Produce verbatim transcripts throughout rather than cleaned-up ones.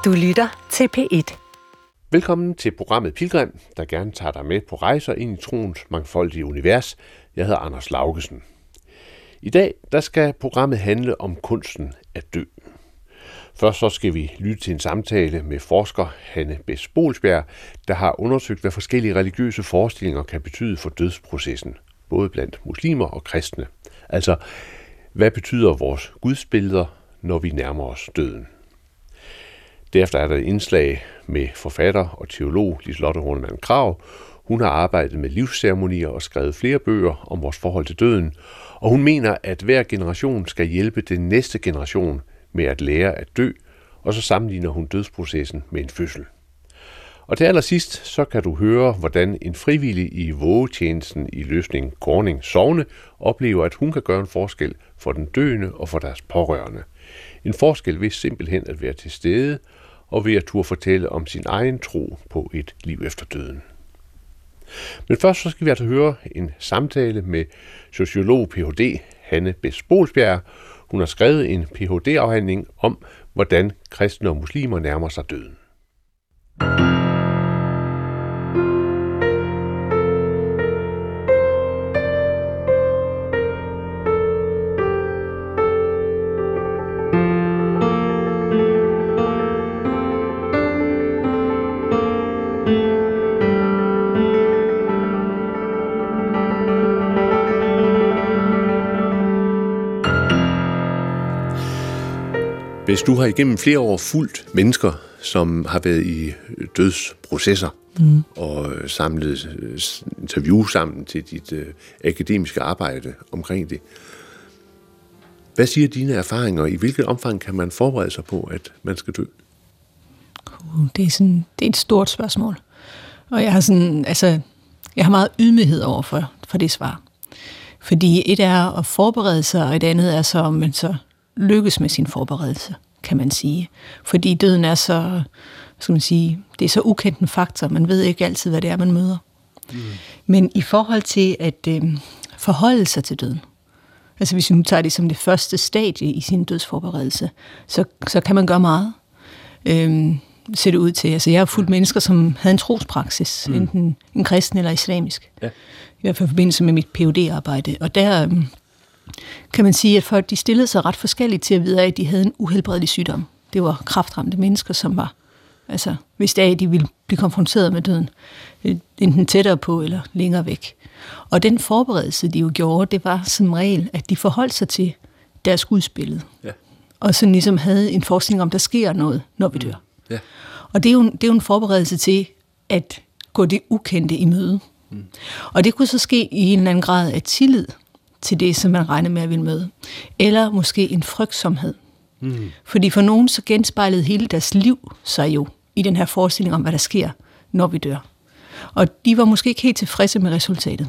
Du lytter til P et. Velkommen til programmet Pilgrim, der gerne tager dig med på rejser ind i troens mangfoldige univers. Jeg hedder Anders Laugesen. I dag der skal programmet handle om kunsten at dø. Først så skal vi lytte til en samtale med forsker Hanne Bess Boelsbjerg, der har undersøgt, hvad forskellige religiøse forestillinger kan betyde for dødsprocessen, både blandt muslimer og kristne. Altså, hvad betyder vores gudsbilleder, når vi nærmer os døden? Derefter er der et indslag med forfatter og teolog Liselotte Hornemann Krag. Hun har arbejdet med livsceremonier og skrevet flere bøger om vores forhold til døden, og hun mener, at hver generation skal hjælpe den næste generation med at lære at dø, og så sammenligner hun dødsprocessen med en fødsel. Og til allersidst, så kan du høre, hvordan en frivillig i vågetjenesten i Løsning Korning Sogne oplever, at hun kan gøre en forskel for den døende og for deres pårørende. En forskel ved simpelthen at være til stede, og ved at turde fortælle om sin egen tro på et liv efter døden. Men først så skal vi altså høre en samtale med sociolog P H D Hanne Bess Boelsbjerg. Hun har skrevet en P H D-afhandling om, hvordan kristne og muslimer nærmer sig døden. Hvis du har igennem flere år fulgt mennesker, som har været i dødsprocesser mm. og samlet interview sammen til dit uh, akademiske arbejde omkring det. Hvad siger dine erfaringer? I hvilket omfang kan man forberede sig på, at man skal dø? Uh, det, er sådan, det er et stort spørgsmål. Og jeg har, sådan, altså, jeg har meget ydmyghed over for, for det svar. Fordi et er at forberede sig, og et andet er så, om man så lykkes med sin forberedelse, kan man sige. Fordi døden er så, skal man sige, det er så ukendt en faktor. Man ved ikke altid, hvad det er, man møder. Mm. Men i forhold til at øh, forholde sig til døden, altså hvis vi nu tager det som det første stadie i sin dødsforberedelse, så, så kan man gøre meget. Øhm, ser det ud til. Altså jeg har fulgt mennesker, som havde en trospraksis, mm. enten en kristen eller islamisk. Ja. I hvert fald i forbindelse med mit P H D-arbejde. Og der øh, kan man sige, at folk de stillede sig ret forskelligt til at vide af, at de havde en uhelbredelig sygdom. Det var kræftramte mennesker, som var, altså hvis det er, at de ville blive konfronteret med døden, enten tættere på eller længere væk. Og den forberedelse, de jo gjorde, det var som regel, at de forholdt sig til deres gudsbillede. Ja. Og så ligesom havde en forskning om, der sker noget, når vi dør. Ja. Og det er, jo, det er jo en forberedelse til at gå det ukendte i møde. Mm. Og det kunne så ske i en eller anden grad af tillid til det, som man regner med at ville møde. Eller måske en frygtsomhed. Mm. Fordi for nogen så genspejlede hele deres liv sig jo i den her forestilling om, hvad der sker, når vi dør. Og de var måske ikke helt tilfredse med resultatet.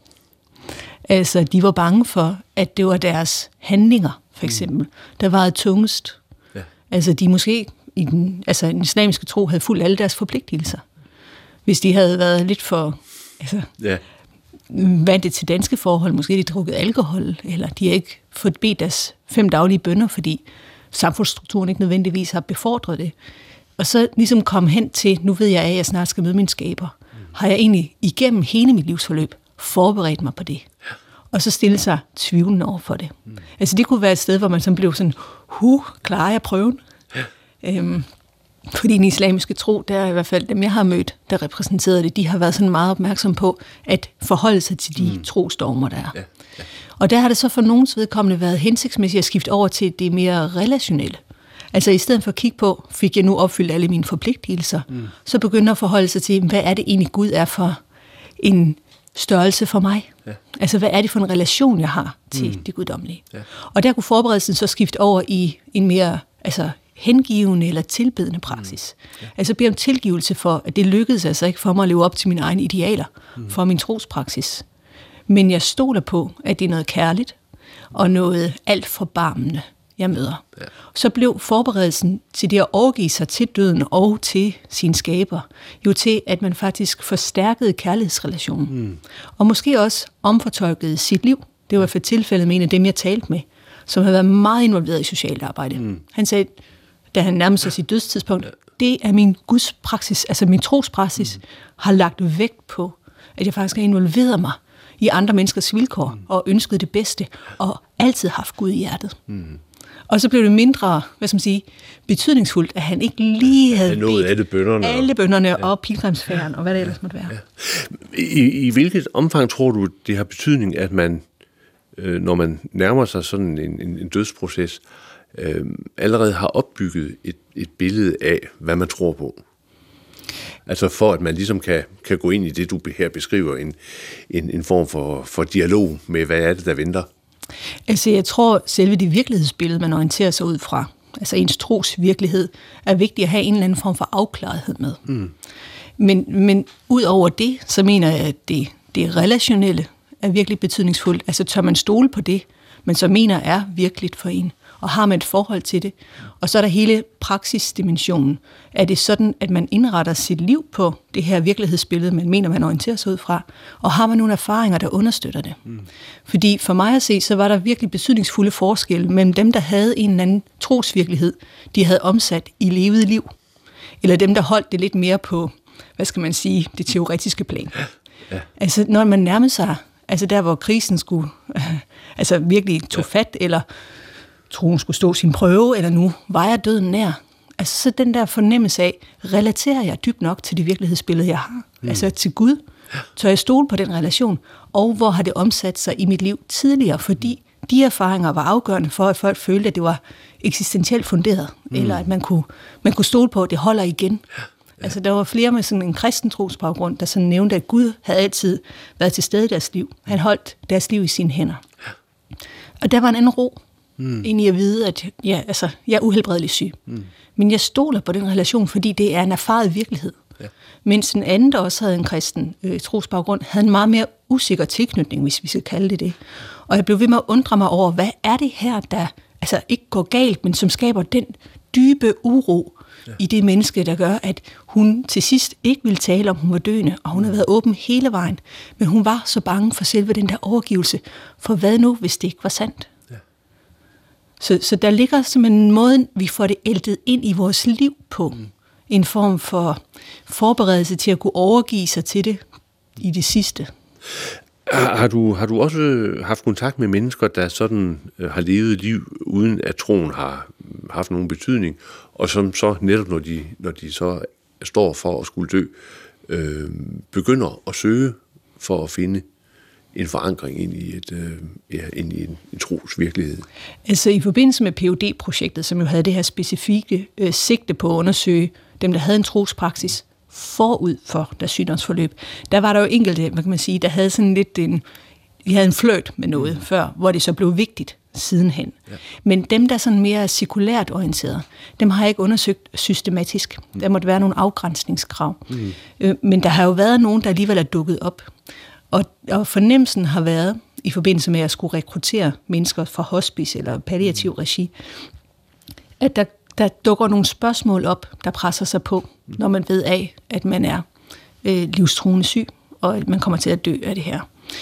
Altså, de var bange for, at det var deres handlinger, for eksempel, mm. der vejede tungest. Ja. Altså, de måske i den, altså, den islamiske tro havde fulgt alle deres forpligtelser. Hvis de havde været lidt for altså, ja. vant det til danske forhold, måske de drukket alkohol, eller de har ikke fået bedt deres fem daglige bønner, fordi samfundsstrukturen ikke nødvendigvis har befordret det. Og så ligesom komme hen til, nu ved jeg, at jeg snart skal møde min skaber. Mm. Har jeg egentlig igennem hele mit livsforløb forberedt mig på det? Ja. Og så stille sig tvivlende over for det. Mm. Altså det kunne være et sted, hvor man så blev sådan, hu, klarer jeg prøven? Ja. Øhm, fordi den islamiske tro, der er i hvert fald dem, jeg har mødt, der repræsenterede det, de har været sådan meget opmærksom på at forholde sig til de mm. trosdogmer, der er. Ja. Ja. Og der har det så for nogens vedkommende været hensigtsmæssigt at skifte over til det mere relationelle. Altså i stedet for at kigge på, fik jeg nu opfyldt alle mine forpligtelser, mm. så begynder at forholde sig til, hvad er det egentlig Gud er for en størrelse for mig? Ja. Altså hvad er det for en relation, jeg har til mm. det guddommelige? Ja. Og der kunne forberedelsen så skifte over i en mere altså, hengivende eller tilbedende praksis. Mm. Ja. Altså bede om tilgivelse for, at det lykkedes altså ikke for mig at leve op til mine egne idealer mm. for min trospraksis. Men jeg stoler på, at det er noget kærligt og noget alt forbarmende, jeg møder. Ja. Så blev forberedelsen til det at overgive sig til døden og til sin skaber, jo til, at man faktisk forstærkede kærlighedsrelationen. Mm. Og måske også omfortolkede sit liv. Det var for tilfældet med en af dem, jeg talte med, som havde været meget involveret i socialt arbejde. Mm. Han sagde, da han nærmede sig sit dødstidspunkt, det er min Guds praksis, altså min trospraksis, mm. har lagt vægt på, at jeg faktisk har involveret mig i andre menneskers vilkår, mm. og ønsket det bedste, og altid haft Gud i hjertet. Mm. Og så blev det mindre, hvad skal man sige, betydningsfuldt, at han ikke lige havde bedt alle bønnerne, alle bønnerne ja. og pilgrimsfærden, og hvad det ellers måtte være. Ja. I, I hvilket omfang tror du, det har betydning, at man, øh, når man nærmer sig sådan en, en, en dødsproces, øh, allerede har opbygget et, et billede af, hvad man tror på? Altså for at man ligesom kan, kan gå ind i det, du her beskriver, en, en, en form for, for dialog med, hvad er det, der venter? Altså jeg tror, selve det virkelighedsbillede, man orienterer sig ud fra, altså ens tros virkelighed, er vigtigt at have en eller anden form for afklarethed med. Mm. Men, men ud over det, så mener jeg, at det, det relationelle er virkelig betydningsfuldt. Altså tør man stole på det, men så mener er virkeligt for en, og har man et forhold til det. Og så er der hele praksisdimensionen. Er det sådan, at man indretter sit liv på det her virkelighedsbillede, man mener, man orienterer sig ud fra, og har man nogle erfaringer, der understøtter det? Mm. Fordi for mig at se, så var der virkelig betydningsfulde forskelle mellem dem, der havde en eller anden trosvirkelighed, de havde omsat i levet liv, eller dem, der holdt det lidt mere på, hvad skal man sige, det teoretiske plan. Ja. Altså når man nærmede sig, altså der hvor krisen skulle, altså virkelig tog ja. fat, eller troen skulle stå sin prøve, eller nu var jeg døden nær. Altså så den der fornemmelse af, relaterer jeg dybt nok til det virkelighedsbillede, jeg har? Mm. Altså til Gud? Tør jeg stole på den relation? Og hvor har det omsat sig i mit liv tidligere? Fordi de erfaringer var afgørende for, at folk følte, at det var eksistentielt funderet. Mm. Eller at man kunne, man kunne stole på, at det holder igen. Ja. Altså der var flere med sådan en kristen trosbaggrund, der sådan nævnte, at Gud havde altid været til stede i deres liv. Han holdt deres liv i sine hænder. Ja. Og der var en anden ro. Mm. Ind i at vide, at ja, altså, jeg er uhelbredelig syg. Mm. Men jeg stoler på den relation, fordi det er en erfaret virkelighed. Ja. Mens den anden, der også havde en kristen øh, trosbaggrund, havde en meget mere usikker tilknytning, hvis vi skal kalde det det. Og jeg blev ved med at undre mig over, hvad er det her, der altså, ikke går galt, men som skaber den dybe uro ja. i det menneske, der gør, at hun til sidst ikke ville tale om, hun var døende, og hun havde været åben hele vejen. Men hun var så bange for selve den der overgivelse. For hvad nu, hvis det ikke var sandt? Så, så der ligger simpelthen en måde, vi får det æltet ind i vores liv på. Mm. En form for forberedelse til at kunne overgive sig til det i det sidste. Har, har, du, har du også haft kontakt med mennesker, der sådan øh, har levet liv, uden at troen har haft nogen betydning, og som så netop, når de, når de så står for at skulle dø, øh, begynder at søge for at finde en forankring ind i, et, øh, ja, ind i en, en trosvirkelighed? Altså i forbindelse med P H D-projektet, som jo havde det her specifikke øh, sigte på at undersøge dem, der havde en trospraksis forud for deres sygdomsforløb, der var der jo enkelte, hvad kan man sige, der havde sådan lidt en, de havde en flirt med noget mm. før, hvor det så blev vigtigt sidenhen. Ja. Men dem, der sådan mere sekulært orienteret, dem har jeg ikke undersøgt systematisk. Mm. Der måtte være nogle afgrænsningskrav. Mm. Øh, men der har jo været nogen, der alligevel er dukket op. Og, og fornemmelsen har været, i forbindelse med at skulle rekruttere mennesker fra hospice eller palliativ regi, at der, der dukker nogle spørgsmål op, der presser sig på, når man ved af, at man er øh, livstruende syg, og at man kommer til at dø af det her.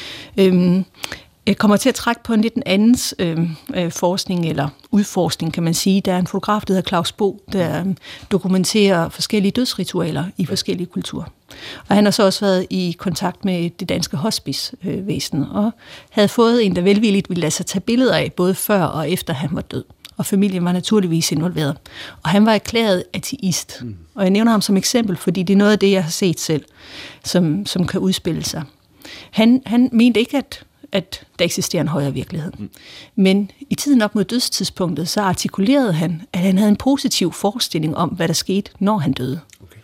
Øhm, jeg kommer til at trække på en lidt en andens øh, øh, forskning, eller udforskning, kan man sige. Der er en fotograf, der hedder Claus Bo, der øh, dokumenterer forskellige dødsritualer i forskellige kulturer. Og han har så også været i kontakt med det danske hospicevæsen, øh, og havde fået en, der velvilligt ville lade sig tage billeder af, både før og efter han var død. Og familien var naturligvis involveret. Og han var erklæret ateist. Mm. Og jeg nævner ham som eksempel, fordi det er noget af det, jeg har set selv, som, som kan udspille sig. Han, han mente ikke, at at der eksisterer en højere virkelighed. Mm. Men i tiden op mod dødstidspunktet, så artikulerede han, at han havde en positiv forestilling om, hvad der skete, når han døde. Okay.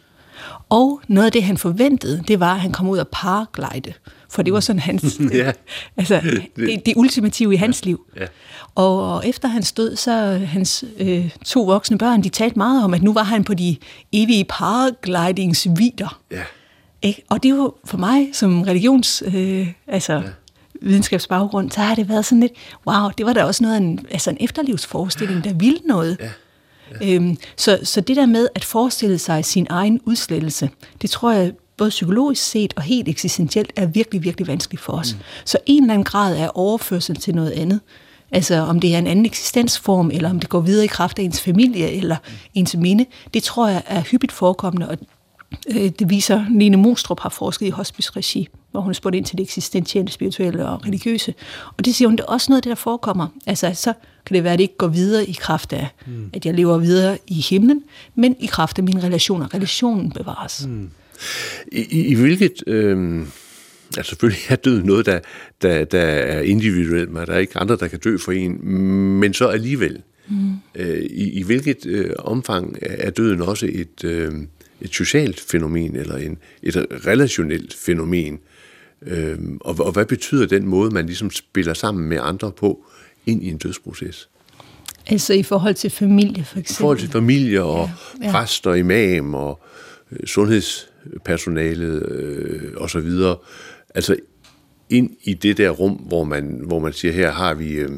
Og noget af det, han forventede, det var, at han kom ud og paraglide. For det var sådan hans, ja. altså, det, det ultimative i hans ja. liv. Ja. Og, og efter hans død, så hans øh, to voksne børn, de talte meget om, at nu var han på de evige paraglidingsvider. Ja. Ikke? Og det var for mig som religions... Øh, altså, ja. videnskabsbaggrund, så har det været sådan lidt, wow, det var da også noget af en, altså en efterlivsforestilling, der ville noget. Ja. Ja. Øhm, så, så det der med at forestille sig sin egen udslettelse, det tror jeg både psykologisk set og helt eksistentielt er virkelig, virkelig vanskeligt for os. Mm. Så en eller anden grad af overførsel til noget andet, Altså om det er en anden eksistensform, eller om det går videre i kraft af ens familie, eller ens minde, det tror jeg er hyppigt forekommende, og øh, det viser, Lene Mostrup har forsket i hospice-regi, hvor hun spurgte ind til det eksistentielle, spirituelle og religiøse. Og det siger hun, det er også noget af det, der forekommer. Altså så kan det være, at det ikke går videre i kraft af, mm. at jeg lever videre i himlen, men i kraft af mine relationer. Relationen bevares. Mm. I, i, I hvilket... Øh... Altså selvfølgelig er død noget, der, der, der er individuelt, men der er ikke andre, der kan dø for en, men så alligevel. Mm. Øh, i, I hvilket øh, omfang er døden også et, øh, et socialt fænomen, eller en, et relationelt fænomen? Øh, og, og hvad betyder den måde, man ligesom spiller sammen med andre på, ind i en dødsproces? Altså i forhold til familie, for eksempel? I forhold til familie og ja, ja. præster, imam og øh, sundhedspersonalet øh, og så videre. Altså ind i det der rum, hvor man, hvor man siger, her har vi, øh,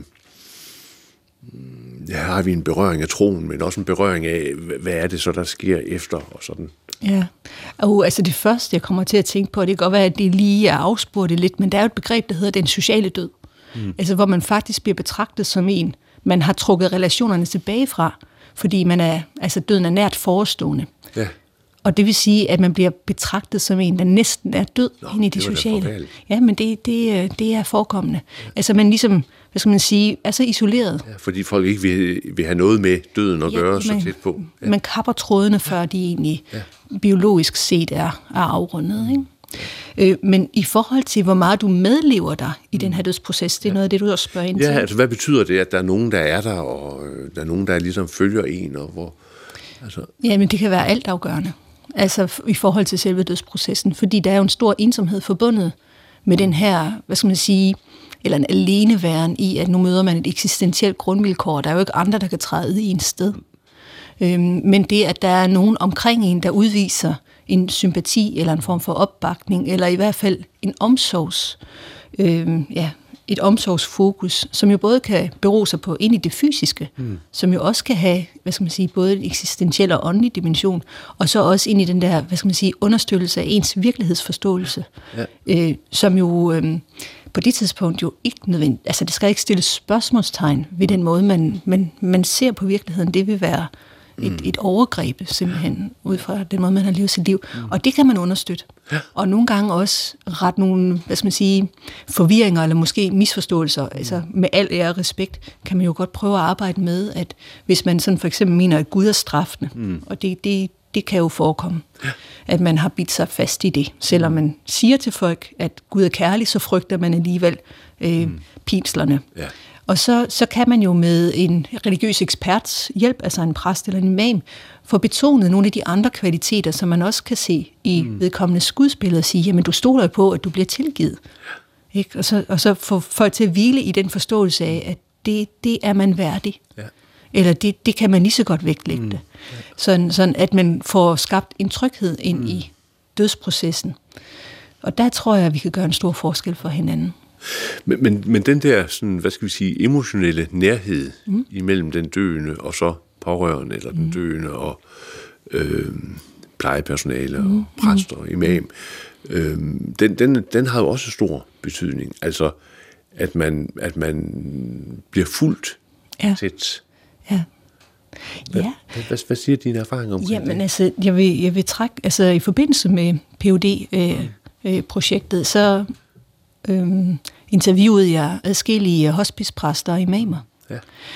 her har vi en berøring af troen, men også en berøring af, hvad er det så, der sker efter og sådan. Ja, og altså det første, jeg kommer til at tænke på, det kan godt være, at det lige er afspurgt lidt, men der er jo et begreb, der hedder den sociale død. Mm. Altså hvor man faktisk bliver betragtet som en, man har trukket relationerne tilbage fra, fordi man er, altså døden er nært forestående. Ja. Og det vil sige, at man bliver betragtet som en, der næsten er død Nå, ind i det, det sociale. Ja, men det, det, det er forekommende. Ja. Altså man ligesom, hvad skal man sige, er så isoleret. Ja, fordi folk ikke vil, vil have noget med døden at ja, gøre man, så tæt på. Ja. Man kapper trådene, før de egentlig ja. biologisk set er, er afrundet. Ikke? Ja. Øh, men i forhold til, hvor meget du medlever dig i den her dødsproces, det er ja. noget af det, du også spørger ind til. Ja, altså hvad betyder det, at der er nogen, der er der, og der er nogen, der ligesom følger en, og hvor... Altså... Ja, men det kan være altafgørende. Altså i forhold til selve dødsprocessen, fordi der er jo en stor ensomhed forbundet med den her, hvad skal man sige, eller en aleneværen i, at nu møder man et eksistentielt grundvilkår, der er jo ikke andre, der kan træde i en sted. Øhm, men det, at der er nogen omkring en, der udviser en sympati, eller en form for opbakning, eller i hvert fald en omsorgs, øhm, ja, et omsorgsfokus, som jo både kan bero sig på ind i det fysiske, mm. som jo også kan have, hvad skal man sige, både en eksistentiel og åndelig dimension, og så også ind i den der, hvad skal man sige, understøttelse af ens virkelighedsforståelse, ja. øh, som jo øh, på det tidspunkt jo ikke nødvendigt, altså det skal ikke stilles spørgsmålstegn ved den måde, man, man, man ser på virkeligheden, det vil være et, et overgreb simpelthen, ud fra den måde, man har levet sit liv. Mm. Og det kan man understøtte. Ja. Og nogle gange også ret nogle, hvad skal man sige, forvirringer, eller måske misforståelser. Mm. Altså med al ære og respekt, kan man jo godt prøve at arbejde med, at hvis man sådan for eksempel mener, at Gud er straffende, mm. og det, det, det kan jo forekomme, ja. at man har bidt sig fast i det. Selvom man siger til folk, at Gud er kærlig, så frygter man alligevel øh, mm. pinslerne. Ja. Og så, så kan man jo med en religiøs eksperts hjælp, altså en præst eller en imam, få betonet nogle af de andre kvaliteter, som man også kan se i mm. vedkommende skudsbillede og sige, jamen du stoler på, at du bliver tilgivet. Ikke? Og, så, og så få folk til at hvile i den forståelse af, at det, det er man værdig. Ja. Eller det, det kan man lige så godt vægtlægge det. Mm. Ja. Sådan, sådan at man får skabt en tryghed ind mm. i dødsprocessen. Og der tror jeg, at vi kan gøre en stor forskel for hinanden. Men, men, men den der, sådan, hvad skal vi sige, emotionelle nærhed mm. imellem den døende og så pårørende, eller den døende og øh, plejepersonale mm. og præster og imam, øh, den, den, den har jo også stor betydning. Altså, at man, at man bliver fuldt ja. tæt. Ja. Hvad, ja. hvad, hvad, hvad siger dine erfaringer om Jamen, det? altså, jeg vil, jeg vil trække, altså i forbindelse med Ph.D.-projektet, øh, øh, så Øhm, interviewede jeg adskillige hospicepræster og imamer. Ja.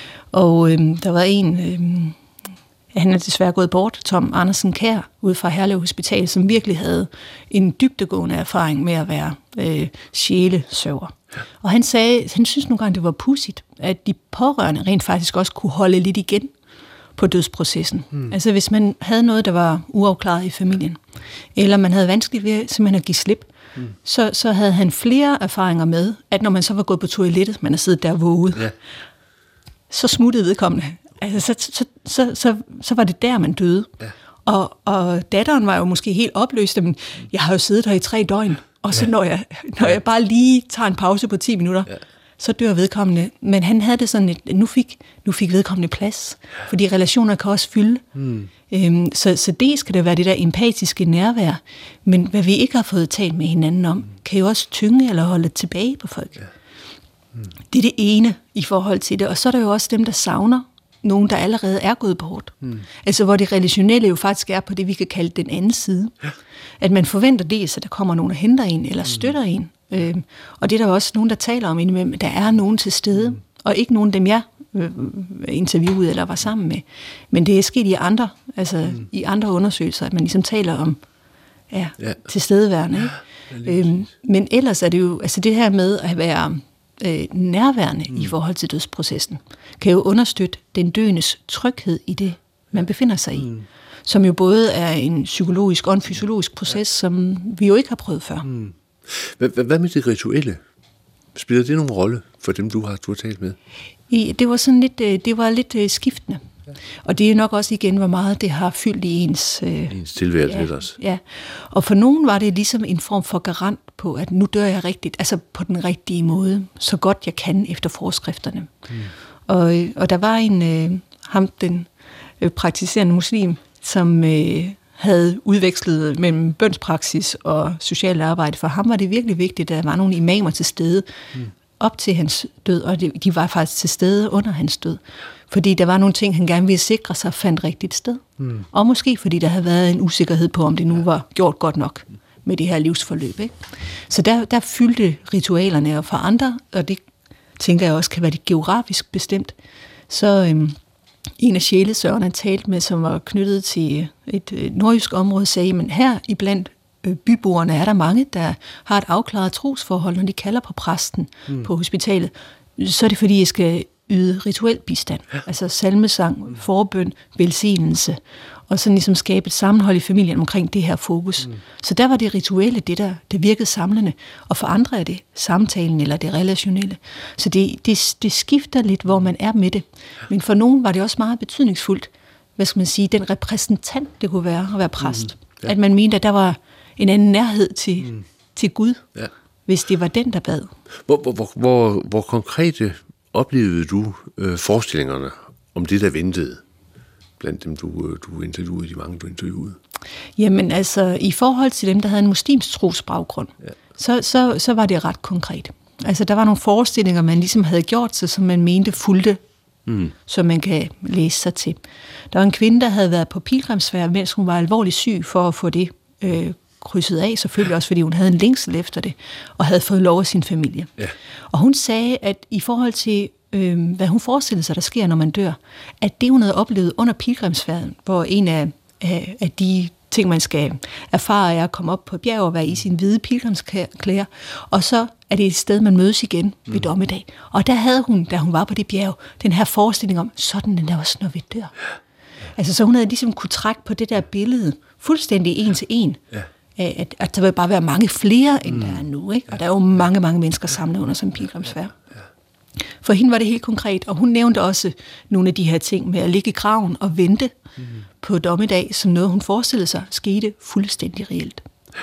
Og øhm, der var en, øhm, han er desværre gået bort, Tom Andersen Kjær, ude fra Herlev Hospital, som virkelig havde en dybdegående erfaring med at være øh, sjælesørger. Ja. Og han sagde, han synes nogle gange, det var pudsigt, at de pårørende rent faktisk også kunne holde lidt igen på dødsprocessen. Hmm. Altså hvis man havde noget, der var uafklaret i familien, eller man havde vanskeligt ved simpelthen at give slip, Mm. Så, så havde han flere erfaringer med, at når man så var gået på toilettet, man har siddet der våget, ja. så smuttede vedkommende. Altså, så, så, så, så, så var det der, man døde. Ja. Og, og datteren var jo måske helt opløst, men jeg har jo siddet her i tre døgn, og så ja. når, jeg, når jeg bare lige tager en pause på ti minutter, ja. så dør vedkommende. Men han havde det sådan, at nu fik, nu fik vedkommende plads, fordi relationer kan også fylde. Mm. Øhm, så, så det skal det være det der empatiske nærvær, men hvad vi ikke har fået talt med hinanden om, kan jo også tynge eller holde tilbage på folk. Ja. Mm. Det er det ene i forhold til det. Og så er der jo også dem, der savner nogen, der allerede er gået bort. Mm. Altså hvor det relationelle jo faktisk er på det, vi kan kalde den anden side. Ja. At man forventer dels, at der kommer nogen, der henter en, eller støtter mm. en. Øhm, og det er der også nogen, der taler om indimellem. Der er nogen til stede, mm. og ikke nogen dem, jeg øh, interviewede eller var sammen med. Men det er sket i andre, altså mm. i andre undersøgelser, at man ligesom taler om ja, ja. tilstedeværende. Ikke? Ja, øhm, men ellers er det jo, altså det her med at være øh, nærværende mm. i forhold til dødsprocessen, kan jo understøtte den døendes tryghed i det, man befinder sig i. Mm. Som jo både er en psykologisk og en fysiologisk proces, ja. som vi jo ikke har prøvet før. Mm. Hvad med det rituelle? Spiller det nogen rolle for dem, du har, du har talt med? I, det var sådan lidt, det var lidt skiftende. Ja. Og det er nok også igen, hvor meget det har fyldt i ens... Øh, ens tilværelse ja, også. Ja, og for nogen var det ligesom en form for garant på, at nu dør jeg rigtigt, altså på den rigtige måde, så godt jeg kan efter forskrifterne. Mm. Og, og der var en, øh, ham den øh, praktiserende muslim, som... Øh, havde udvekslet mellem bønspraksis og socialt arbejde. For ham var det virkelig vigtigt, at der var nogle imamer til stede mm. op til hans død, og de var faktisk til stede under hans død. Fordi der var nogle ting, han gerne ville sikre sig, fandt rigtigt sted. Mm. Og måske fordi der havde været en usikkerhed på, om det nu var gjort godt nok med det her livsforløb. Ikke? Så der, der fyldte ritualerne, og for andre, og det tænker jeg også kan være det geografisk bestemt, så... Øhm, en af sjælesørgerne, han talte med, som var knyttet til et, et nordjysk område, sagde, men her iblandt byboerne er der mange, der har et afklaret trosforhold, når de kalder på præsten mm. på hospitalet. Så er det, fordi jeg skal yde rituel bistand. Ja. Altså salmesang, forbøn, velsignelse, og sådan ligesom skabe et sammenhold i familien omkring det her fokus. Mm. Så der var det rituelle, det der det virkede samlende, og for andre er det samtalen eller det relationelle. Så det, det, det skifter lidt, hvor man er med det. Men for nogen var det også meget betydningsfuldt, hvad skal man sige, den repræsentant, det kunne være at være præst. Mm. Ja. At man mente, at der var en anden nærhed til, mm. til Gud, ja. Hvis det var den, der bad. Hvor, hvor, hvor, hvor, hvor konkrete oplevede du øh, forestillingerne om det, der ventede? Blandt dem, du, du interviewede, de mange, du interviewede? Jamen altså, i forhold til dem, der havde en muslimsk trosbaggrund, ja. så, så, så var det ret konkret. Altså, der var nogle forestillinger, man ligesom havde gjort sig, som man mente fulgte, mm. som man kan læse sig til. Der var en kvinde, der havde været på pilgrimsfærd, mens hun var alvorligt syg, for at få det øh, krydset af, selvfølgelig også, fordi hun havde en længsel efter det, og havde fået lov af sin familie. Ja. Og hun sagde, at i forhold til Øh, hvad hun forestillede sig, der sker, når man dør, at det, hun havde oplevet under pilgrimsfærden, hvor en af, af, af de ting, man skal erfare, er at komme op på bjerg og være i sin hvide pilgrimsklæder, og så er det et sted, man mødes igen ved mm. dommedag. Og der havde hun, da hun var på det bjerg, den her forestilling om, sådan den der også, når vi dør. Ja. Altså, så hun havde ligesom kunne trække på det der billede, fuldstændig en til en, ja. at, at der vil bare være mange flere, end mm. der er nu. Ikke? Og der er jo mange, mange mennesker samlet under sådan en pilgrimsfærd. For hende var det helt konkret, og hun nævnte også nogle af de her ting med at ligge i graven og vente mm. på dommedag, som noget, hun forestillede sig, skete fuldstændig reelt.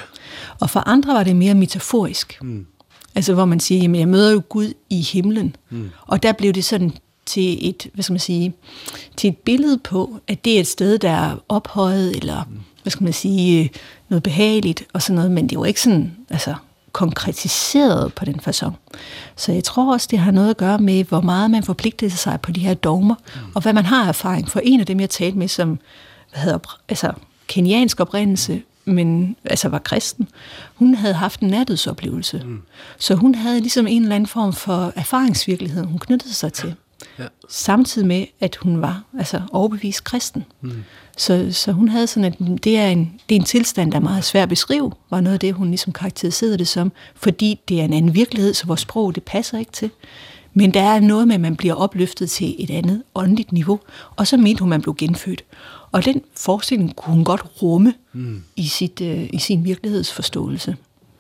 Og for andre var det mere metaforisk. Mm. Altså hvor man siger, jamen jeg møder jo Gud i himlen. Mm. Og der blev det sådan til et, hvad skal man sige, til et billede på, at det er et sted, der er ophøjet, eller mm. hvad skal man sige, noget behageligt og sådan noget, men det var ikke sådan, altså konkretiseret på den facon. Så jeg tror også, det har noget at gøre med, hvor meget man forpligter sig på de her dogmer, mm. og hvad man har erfaring. For en af dem, jeg talte med, som hvad hedder, altså, keniansk oprindelse, men altså var kristen, hun havde haft en nærdødsoplevelse. Mm. Så hun havde ligesom en eller anden form for erfaringsvirkelighed, hun knyttede sig til. Ja. Samtidig med, at hun var altså overbevist kristen. Mm. Så, så hun havde sådan, at det er, en, det er en tilstand, der er meget svær at beskrive, var noget af det, hun ligesom karakteriserede det som, fordi det er en anden virkelighed, så vores sprog, det passer ikke til. Men der er noget med, at man bliver opløftet til et andet åndeligt niveau, og så mente hun, at man blev genfødt. Og den forestilling kunne hun godt rumme mm. i, sit, øh, i sin virkelighedsforståelse.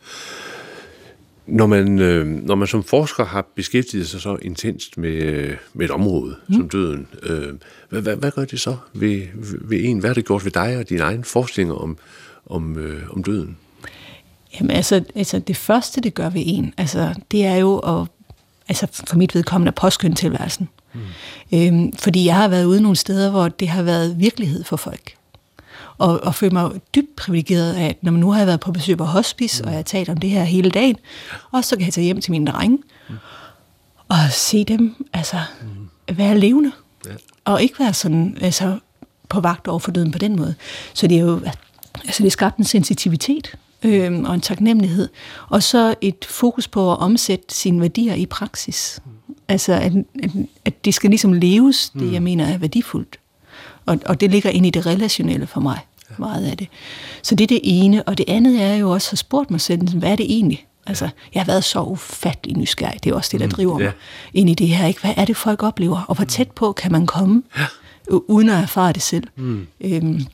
Når man, øh, når man som forsker har beskæftiget sig så intenst med, med et område mm. som døden, øh, hvad, hvad, hvad gør det så ved, ved en? Hvad har det gjort ved dig og dine egne forestillinger om, om, øh, om døden? Jamen altså, altså det første, det gør ved en, altså det er jo at, altså for mit vedkommende at påskynde tilværelsen. Mm. Øhm, fordi jeg har været ude nogle steder, hvor det har været virkelighed for folk. Og, og føler mig dybt privilegeret af, at når man nu har været på besøg på hospice, mm. og jeg har talt om det her hele dagen, og så kan jeg tage hjem til mine drenge. Mm. og se dem altså mm. være levende, ja. og ikke være sådan altså, på vagt over for døden på den måde. Så det er jo altså, det er skabt en sensitivitet øh, og en taknemmelighed, og så et fokus på at omsætte sine værdier i praksis. Mm. Altså, at, at, at det skal ligesom leves, det mm. jeg mener er værdifuldt. Og, og det ligger ind i det relationelle for mig, ja. meget af det. Så det er det ene, og det andet er jo også at have spurgt mig selv, hvad er det egentlig? Altså, jeg har været så ufattelig nysgerrig, det er også det, der driver mm, yeah. mig ind i det her, ikke? Hvad er det, folk oplever, og hvor tæt på kan man komme, ja. uden at erfare det selv? Mm. Øhm,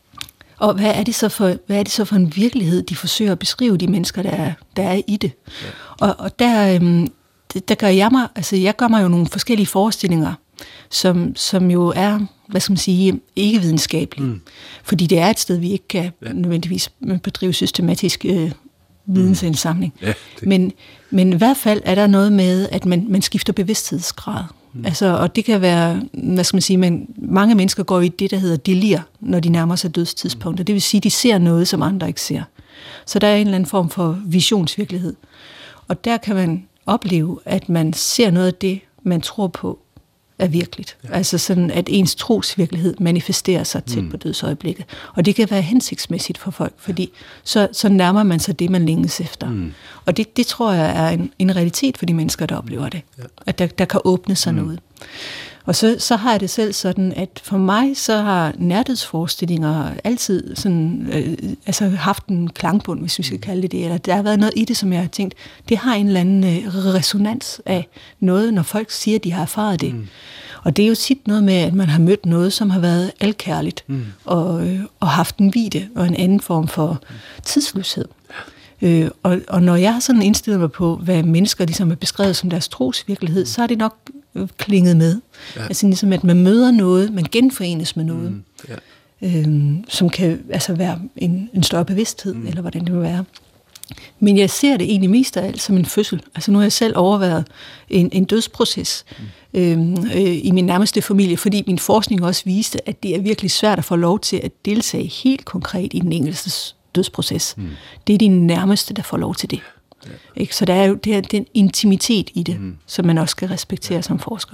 og hvad er, det så for, hvad er det så for en virkelighed, de forsøger at beskrive, de mennesker, der er, der er i det? Ja. Og, og der, øhm, der gør jeg mig, altså jeg gør mig jo nogle forskellige forestillinger, som, som jo er, hvad skal man sige, ikke videnskabelige. Mm. Fordi det er et sted, vi ikke kan ja. nødvendigvis bedrive systematisk øh, vidensindsamling. Mm. Ja, men, men i hvert fald er der noget med, at man, man skifter bevidsthedsgrad. Mm. Altså, og det kan være, hvad skal man sige, men mange mennesker går i det, der hedder delir, når de nærmer sig dødstidspunkter. Mm. Det vil sige, at de ser noget, som andre ikke ser. Så der er en eller anden form for visionsvirkelighed. Og der kan man opleve, at man ser noget af det, man tror på, er virkeligt. Ja. Altså sådan, at ens trosvirkelighed manifesterer sig tæt mm. på dødsøjeblikket. Og det kan være hensigtsmæssigt for folk, fordi så, så nærmer man sig det, man længes efter. Mm. Og det, det tror jeg er en, en realitet for de mennesker, der oplever det. Ja. At der, der kan åbne sig mm. noget. Og så, så har jeg det selv sådan, at for mig så har nærdødsforestillinger altid sådan, øh, altså haft en klangbund, hvis vi skal kalde det det. Eller der har været noget i det, som jeg har tænkt, det har en eller anden øh, resonans af noget, når folk siger, at de har erfaret det. Mm. Og det er jo tit noget med, at man har mødt noget, som har været alkærligt, mm. og, øh, og haft en vide og en anden form for tidsløshed. Øh, og, og når jeg har sådan indstillet mig på, hvad mennesker ligesom er beskrevet som deres trosvirkelighed, så er det nok klinget med. Ja. Altså ligesom, at man møder noget, man genforenes med noget, mm, ja. øhm, som kan altså være en, en større bevidsthed, mm. eller hvordan det må være. Men jeg ser det egentlig mest af alt som en fødsel. Altså nu har jeg selv overværet en, en dødsproces mm. øhm, øh, i min nærmeste familie, fordi min forskning også viste, at det er virkelig svært at få lov til at deltage helt konkret i den enkeltes dødsproces. Mm. Det er de nærmeste, der får lov til det. Ja. Ikke? Så der er jo det er den intimitet i det, mm. som man også skal respektere ja. som forsker.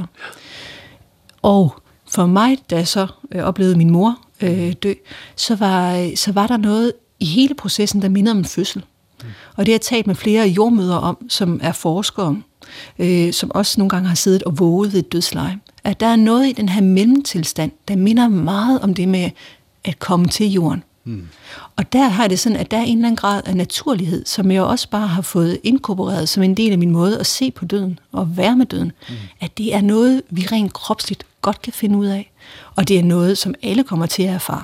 Og for mig, da jeg så øh, oplevede min mor øh, dø, så var, så var der noget i hele processen, der mindede om en fødsel. Mm. Og det har jeg talt med flere jordmødre om, som er forskere, øh, som også nogle gange har siddet og våget ved et dødsleje. At der er noget i den her mellemtilstand, der minder meget om det med at komme til jorden. Mm. Og der har det sådan, at der er en eller anden grad af naturlighed, som jeg også bare har fået inkorporeret som en del af min måde at se på døden og være med døden. Mm. At det er noget, vi rent kropsligt godt kan finde ud af. Og det er noget, som alle kommer til at erfare.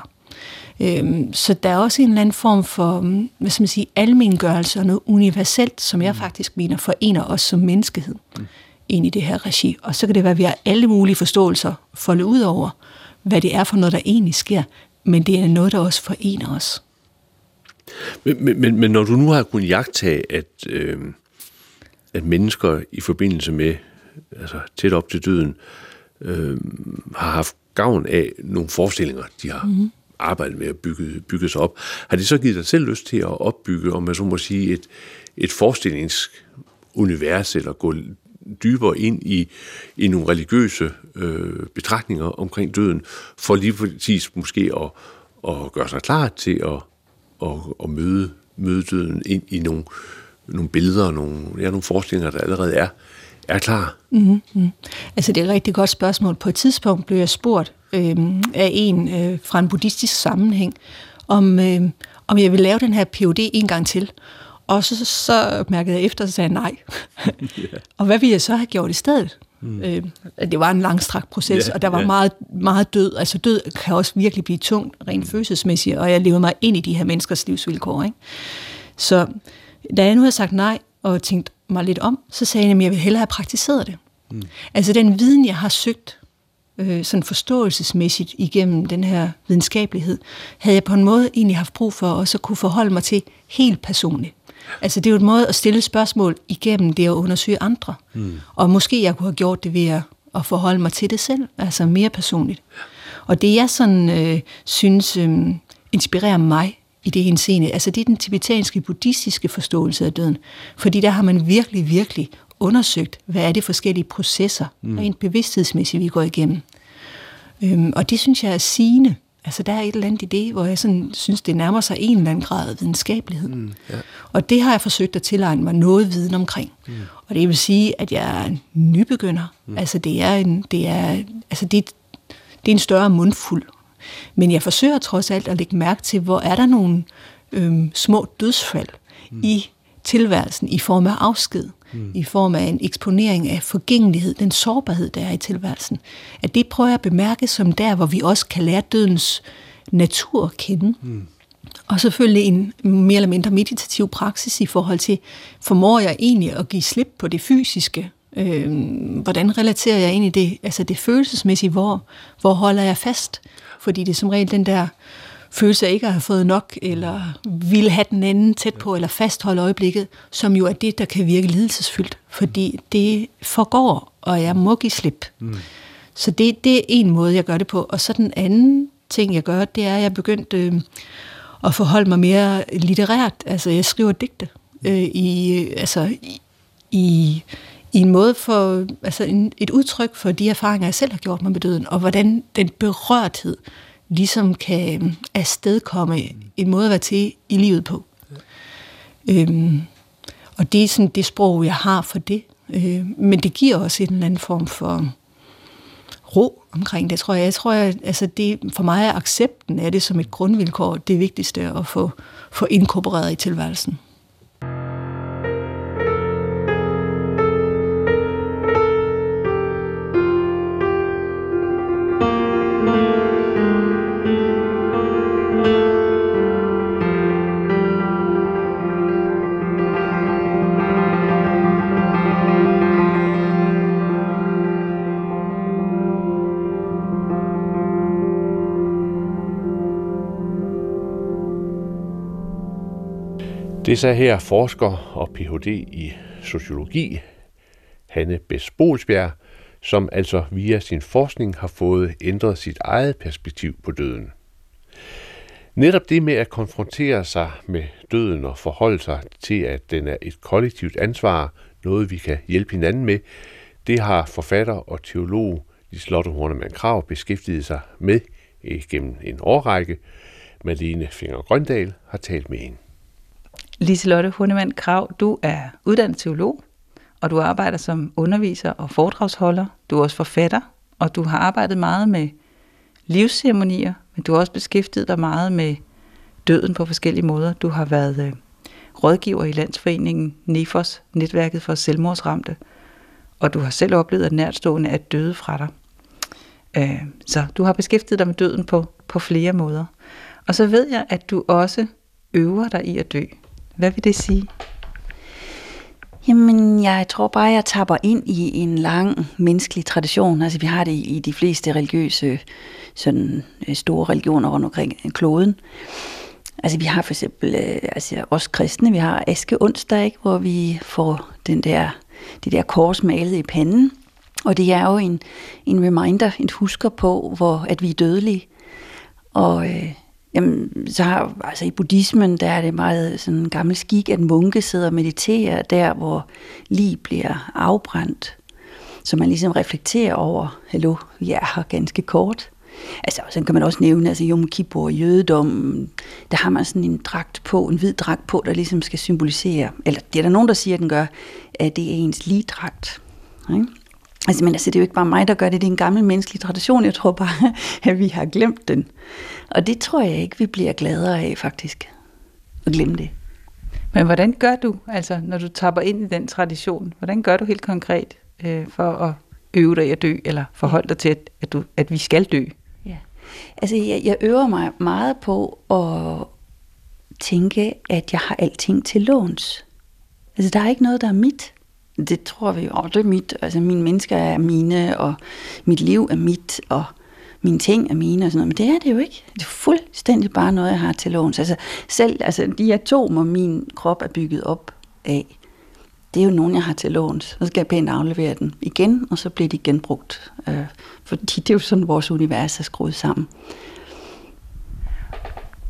Øhm, så der er også en eller anden form for, hvad skal man sige, almengørelse og noget universelt, som jeg mm. faktisk mener forener os som menneskehed mm. ind i det her regi. Og så kan det være, at vi har alle mulige forståelser foldet ud over, hvad det er for noget, der egentlig sker. Men det er noget, der også forener os. Men, men, men når du nu har kunnet jagttage, at, øh, at mennesker i forbindelse med, altså tæt op til døden, øh, har haft gavn af nogle forestillinger, de har mm-hmm. arbejdet med at bygge, bygge sig op, har de så givet dig selv lyst til at opbygge, om man så må sige, et, et forestillingsunivers, eller gå dybere ind i, i nogle religiøse øh, betragtninger omkring døden, for lige præcis måske at, at gøre sig klar til at, at, at møde, møde døden ind i nogle, nogle billeder, nogle, ja, nogle forestillinger, der allerede er, er klar? Mm-hmm. Altså det er et rigtig godt spørgsmål. På et tidspunkt blev jeg spurgt øh, af en øh, fra en buddhistisk sammenhæng, om, øh, om jeg ville lave den her P H D en gang til. Og så, så mærkede jeg efter, og sagde nej. yeah. Og hvad ville jeg så have gjort i stedet? Mm. Øh, det var en langstrakt proces, yeah, og der var yeah. meget, meget død. Altså død kan også virkelig blive tungt, rent følelsesmæssigt, og jeg levede mig ind i de her menneskers livsvilkår. Ikke? Så da jeg nu havde sagt nej, og tænkt mig lidt om, så sagde jeg, at jeg ville hellere have praktiseret det. Mm. Altså den viden, jeg har søgt, øh, sådan forståelsesmæssigt igennem den her videnskabelighed, havde jeg på en måde egentlig haft brug for også at kunne forholde mig til helt personligt. Altså det er jo en måde at stille spørgsmål igennem det at undersøge andre. Mm. Og måske jeg kunne have gjort det ved at, at forholde mig til det selv, altså mere personligt. Og det jeg sådan øh, synes øh, inspirerer mig i det henseende, altså det er den tibetanske buddhistiske forståelse af døden. Fordi der har man virkelig, virkelig undersøgt, hvad er det forskellige processer, mm. rent bevidsthedsmæssigt, vi går igennem. Øhm, og det synes jeg er sigende. Altså, der er et eller andet i det, hvor jeg sådan, synes, det nærmer sig en eller anden grad af videnskabelighed. Mm, ja. Og det har jeg forsøgt at tilegne mig noget viden omkring. Mm. Og det vil sige, at jeg er en nybegynder. Mm. Altså, det er en, det er, altså det, det er en større mundfuld. Men jeg forsøger trods alt at lægge mærke til, hvor er der nogle øhm, små dødsfald mm. i tilværelsen i form af afsked, mm. i form af en eksponering af forgængelighed, den sårbarhed, der er i tilværelsen. At det prøver jeg at bemærke som der, hvor vi også kan lære dødens natur at kende. Mm. Og selvfølgelig en mere eller mindre meditativ praksis i forhold til, formår jeg egentlig at give slip på det fysiske? Øh, hvordan relaterer jeg egentlig det, altså det følelsesmæssige, hvor, hvor holder jeg fast? Fordi det er som regel den der følelse af ikke at have fået nok, eller ville have den anden tæt på, eller fastholde øjeblikket, som jo er det, der kan virke lidelsesfyldt, fordi det forgår, og jeg må give slip. Mm. Så det, det er en måde, jeg gør det på. Og så den anden ting, jeg gør, det er, at jeg begyndte øh, at forholde mig mere litterært. Altså, jeg skriver digte øh, i, altså, i, i, i en måde for, altså en, et udtryk for de erfaringer, jeg selv har gjort mig med døden, og hvordan den berørthed ligesom kan afstedkomme en måde at være til i livet på. Ja. Øhm, og det er sådan det sprog, jeg har for det. Øh, men det giver også en eller anden form for ro omkring det, tror jeg. Jeg tror, at altså det, for mig er accepten af det som et grundvilkår det vigtigste at få, få inkorporeret i tilværelsen. Det sagde her forsker og P H D i sociologi, Hanne Bess-Boelsbjerg, som altså via sin forskning har fået ændret sit eget perspektiv på døden. Netop det med at konfrontere sig med døden og forholde sig til, at den er et kollektivt ansvar, noget vi kan hjælpe hinanden med, det har forfatter og teolog Liselotte Hornemann Krag beskæftiget sig med gennem en årrække. Malene Fenger-Grøndahl har talt med hende. Liselotte Hornemann Krag, du er uddannet teolog, og du arbejder som underviser og foredragsholder. Du er også forfatter, og du har arbejdet meget med livsceremonier, men du har også beskæftiget dig meget med døden på forskellige måder. Du har været øh, rådgiver i Landsforeningen Nefos, netværket for selvmordsramte, og du har selv oplevet, at nærtstående er døde fra dig. Øh, så du har beskæftiget dig med døden på, på flere måder. Og så ved jeg, at du også øver dig i at dø. Hvad vil det sige? Jamen, jeg tror bare, jeg tapper ind i en lang menneskelig tradition. Altså, vi har det i de fleste religiøse, sådan store religioner rundt omkring kloden. Altså, vi har for eksempel, altså os kristne, vi har askeonsdag, ikke, hvor vi får den der, det der kors malet i panden. Og det er jo en, en reminder, en husker på, hvor, at vi er dødelige. Og øh, Jamen, så har, altså i buddhismen, der er det meget sådan en gammel skik, at munke sidder og mediterer der, hvor lig bliver afbrændt. Så man ligesom reflekterer over, hallo, jeg er her ganske kort. Altså, så kan man også nævne, altså Yom Kippur i jødedommen, der har man sådan en dragt på, en hvid dragt på, der ligesom skal symbolisere, eller det er der nogen, der siger, at den gør, at det er ens ligdragt. Ikke? Altså, men altså, det er jo ikke bare mig, der gør det. Det er en gammel menneskelig tradition. Jeg tror bare, at vi har glemt den. Og det tror jeg ikke, vi bliver gladere af, faktisk. At glemme det. Men hvordan gør du, altså, når du tapper ind i den tradition? Hvordan gør du helt konkret øh, for at øve dig at dø, eller forholde dig til, at, at, du, at vi skal dø? Ja. Altså, jeg, jeg øver mig meget på at tænke, at jeg har alting til låns. Altså, der er ikke noget, der er mit. Det tror vi jo, oh, det er mit, altså mine mennesker er mine, og mit liv er mit, og mine ting er mine, og sådan noget. Men det er det jo ikke. Det er fuldstændig bare noget, jeg har til låns. Altså selv, altså de atomer, min krop er bygget op af, det er jo nogen, jeg har til låns. Så skal jeg pænt aflevere den igen, og så bliver de genbrugt. Øh, fordi det er jo sådan, vores univers er skruet sammen.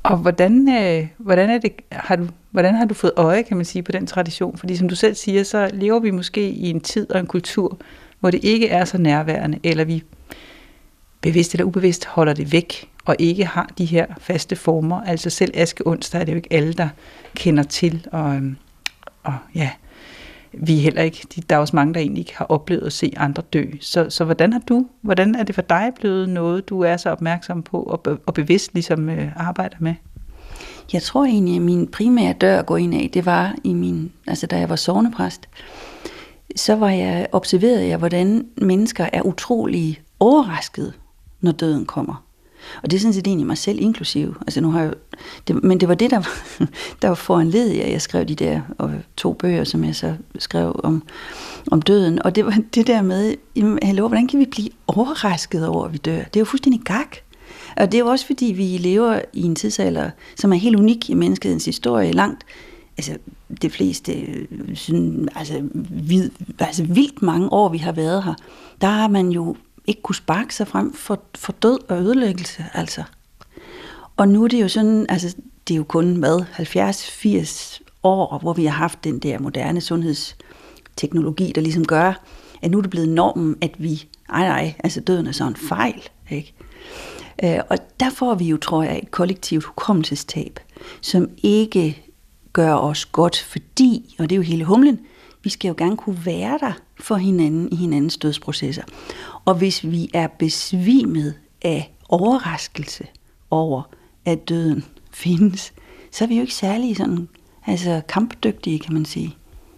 Og hvordan, øh, hvordan, er det, har du, hvordan har du fået øje, kan man sige, på den tradition? Fordi som du selv siger, så lever vi måske i en tid og en kultur, hvor det ikke er så nærværende, eller vi bevidst eller ubevidst holder det væk, og ikke har de her faste former. Altså selv askeonsdag er det jo ikke alle, der kender til, og, og ja, vi er heller ikke, der er også mange, der egentlig ikke har oplevet at se andre dø. Så, så hvordan har du, hvordan er det for dig blevet noget, du er så opmærksom på, og, og bevidst ligesom øh, arbejder med? Jeg tror egentlig, at min primære dør at gå ind af, det var i min, altså da jeg var sognepræst, så var jeg, observerede jeg, hvordan mennesker er utrolig overrasket, når døden kommer. Og det er sådan set egentlig mig selv inklusive. Altså nu har jeg, det, men det var det, der var, der var foranledet, at jeg skrev de der og to bøger, som jeg så skrev om, om døden. Og det var det der med, hallo, hvordan kan vi blive overrasket over, at vi dør? Det er jo fuldstændig gak. Og det er jo også fordi, vi lever i en tidsalder, som er helt unik i menneskehedens historie, langt. Altså det fleste, sådan, altså, vid, altså vildt mange år, vi har været her, der har man jo ikke kunne sparke sig frem for, for død og ødelæggelse, altså. Og nu er det jo sådan, altså, det er jo kun med halvfjerds til firs år, hvor vi har haft den der moderne sundhedsteknologi, der ligesom gør, at nu er det blevet normen, at vi, ej nej, altså døden er sådan en fejl, ikke? Øh, og der får vi jo, tror jeg, et kollektivt hukommelsestab, som ikke gør os godt, fordi, og det er jo hele humlen, vi skal jo gerne kunne være der for hinanden i hinandens dødsprocesser. Og hvis vi er besvimet af overraskelse over, at døden findes, så er vi jo ikke særlig sådan, altså kampdygtige, kan man sige.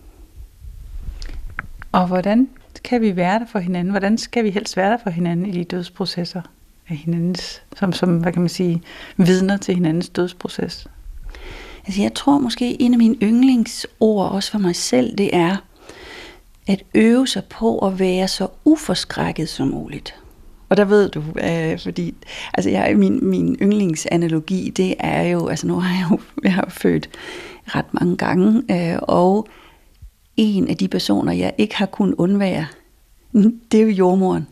Og hvordan kan vi være der for hinanden? Hvordan skal vi helst være der for hinanden i de dødsprocesser af hinandens, som, som hvad kan man sige, vidner til hinandens dødsproces? Altså jeg tror måske, en af mine yndlingsord, også for mig selv, det er at øve sig på at være så uforskrækket som muligt. Og der ved du, øh, fordi altså jeg, min, min yndlingsanalogi, det er jo, altså nu har jeg jo jeg har født ret mange gange, øh, og en af de personer, jeg ikke har kunnet undvære, det er jo jordmoren.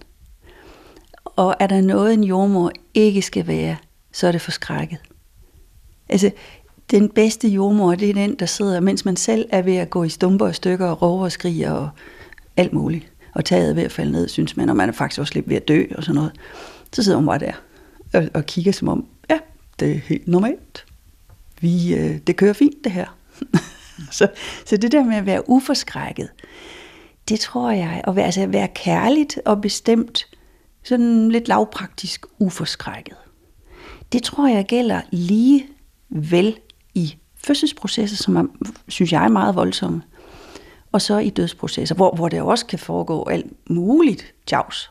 Og er der noget, en jordmor ikke skal være, så er det forskrækket. Altså, den bedste jordmor, det er den, der sidder, mens man selv er ved at gå i stumper og stykker og råber og skriger og alt muligt. Og taget er ved at falde ned, synes man, og man er faktisk også lidt ved at dø og sådan noget. Så sidder hun bare der og, og kigger som om, ja, det er helt normalt. Vi, øh, det kører fint, det her. så, så det der med at være uforskrækket, det tror jeg, at være, altså at være kærligt og bestemt, sådan lidt lavpraktisk uforskrækket. Det tror jeg gælder lige vel i fødselsprocesser, som er, synes jeg er meget voldsomme, og så i dødsprocesser, hvor, hvor det også kan foregå alt muligt tjavs.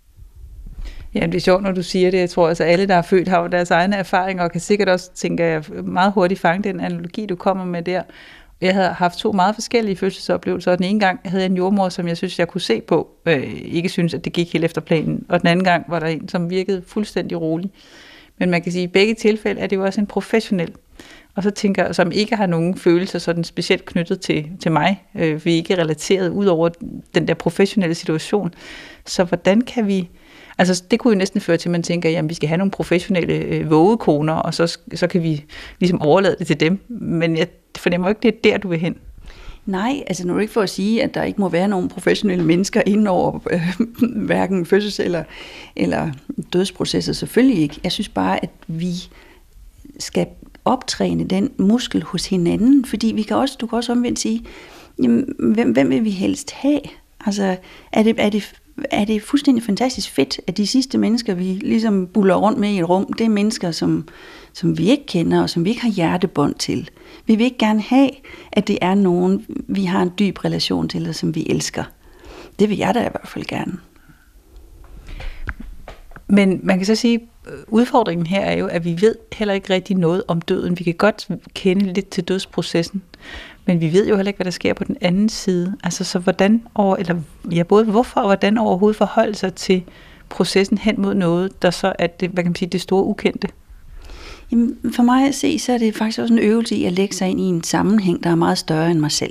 Ja, det er sjovt, når du siger det. Jeg tror, at altså, alle, der er født, har jo deres egne erfaringer, og kan sikkert også, tænker jeg, meget hurtigt fange den analogi, du kommer med der. Jeg havde haft to meget forskellige fødselsoplevelser, og den ene gang havde jeg en jordmor, som jeg synes, jeg kunne se på, øh, ikke synes, at det gik helt efter planen, og den anden gang var der en, som virkede fuldstændig rolig. Men man kan sige, at i begge tilfælde er det jo også en professionel, og så tænker jeg, som ikke har nogen følelser sådan specielt knyttet til, til mig, øh, vi er ikke relateret ud over den der professionelle situation. Så hvordan kan vi, altså det kunne jo næsten føre til, at man tænker, jamen vi skal have nogle professionelle øh, vågekoner, og så, så kan vi ligesom overlade det til dem. Men jeg fornemmer ikke, det er der, du vil hen. Nej, altså nu er det ikke for at sige, at der ikke må være nogen professionelle mennesker inden over øh, hverken fødsels- eller, eller dødsprocesser. Selvfølgelig ikke. Jeg synes bare, at vi skal optræne den muskel hos hinanden, fordi vi kan også, du kan også omvendt sige, jamen, hvem, hvem vil vi helst have? Altså, er det, er det, er det fuldstændig fantastisk fedt, at de sidste mennesker, vi ligesom buller rundt med i et rum, det er mennesker, som, som vi ikke kender, og som vi ikke har hjertebånd til. Vi vil ikke gerne have, at det er nogen, vi har en dyb relation til, og som vi elsker. Det vil jeg da i hvert fald gerne. Men man kan så sige, udfordringen her er jo, at vi ved heller ikke rigtig noget om døden. Vi kan godt kende lidt til dødsprocessen, men vi ved jo heller ikke, hvad der sker på den anden side. Altså så hvordan over, eller ja, både hvorfor og hvordan overhovedet forholde sig til processen hen mod noget, der så er det, hvad kan man sige, det store ukendte. Jamen, for mig at se, så er det faktisk også en øvelse i at lægge sig ind i en sammenhæng, der er meget større end mig selv.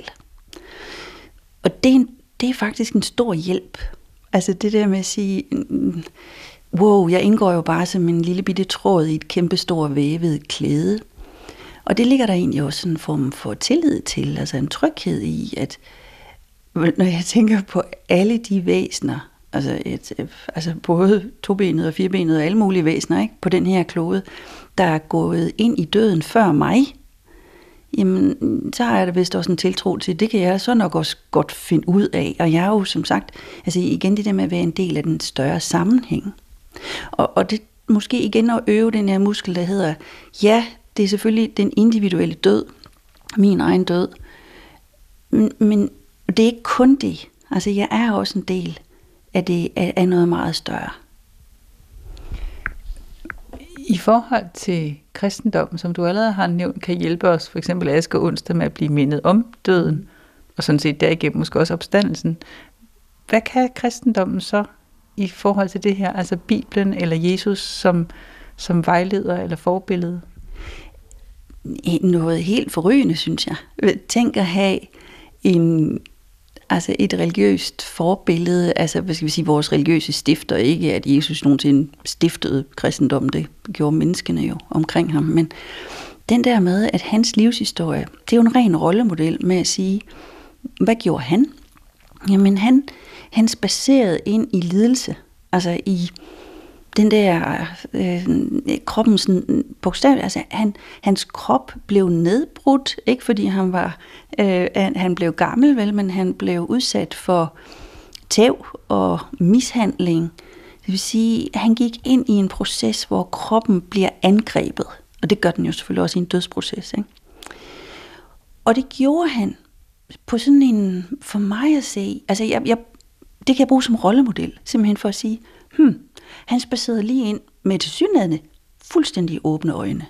Og det er, en, det er faktisk en stor hjælp. Altså det der med at sige, wow, jeg indgår jo bare som en lille bitte tråd i et kæmpestort vævet klæde. Og det ligger der egentlig også sådan en form for tillid til, altså en tryghed i, at når jeg tænker på alle de væsener, altså, et, altså både tobenet og firbenet og alle mulige væsener, ikke, på den her klode, der er gået ind i døden før mig, jamen, så har jeg da vist også en tiltro til, det kan jeg så nok også godt finde ud af. Og jeg er jo som sagt, altså igen det der med at være en del af den større sammenhæng. Og, og det måske igen at øve den her muskel, der hedder, ja, det er selvfølgelig den individuelle død, min egen død, men, men det er ikke kun det. Altså jeg er også en del af, det, af, af noget meget større. I forhold til kristendommen, som du allerede har nævnt, kan hjælpe os, for eksempel aske onsdag, med at blive mindet om døden, og sådan set derigennem måske også opstandelsen. Hvad kan kristendommen så i forhold til det her, altså Bibelen eller Jesus som, som vejleder eller forbillede? Noget helt forrygende, synes jeg. Tænk at have en, altså et religiøst forbillede, altså hvad skal vi sige, vores religiøse stifter, ikke at Jesus nogensinde stiftede kristendommen, det gjorde menneskene jo omkring ham, men den der med, at hans livshistorie, det er jo en ren rollemodel med at sige, hvad gjorde han? Jamen han, han spacerede ind i lidelse, altså i den der øh, kroppens bogstav, altså han, hans krop blev nedbrudt, ikke fordi han var øh, han blev gammel, vel, men han blev udsat for tæv og mishandling. Det vil sige, at han gik ind i en proces, hvor kroppen bliver angrebet, og det gør den jo selvfølgelig også i en dødsproces, ikke? Og det gjorde han på sådan en, for mig at se, altså jeg, jeg, det kan jeg bruge som rollemodel, simpelthen for at sige, hmm, han spacerede lige ind med tilsyneladende fuldstændig åbne øjne.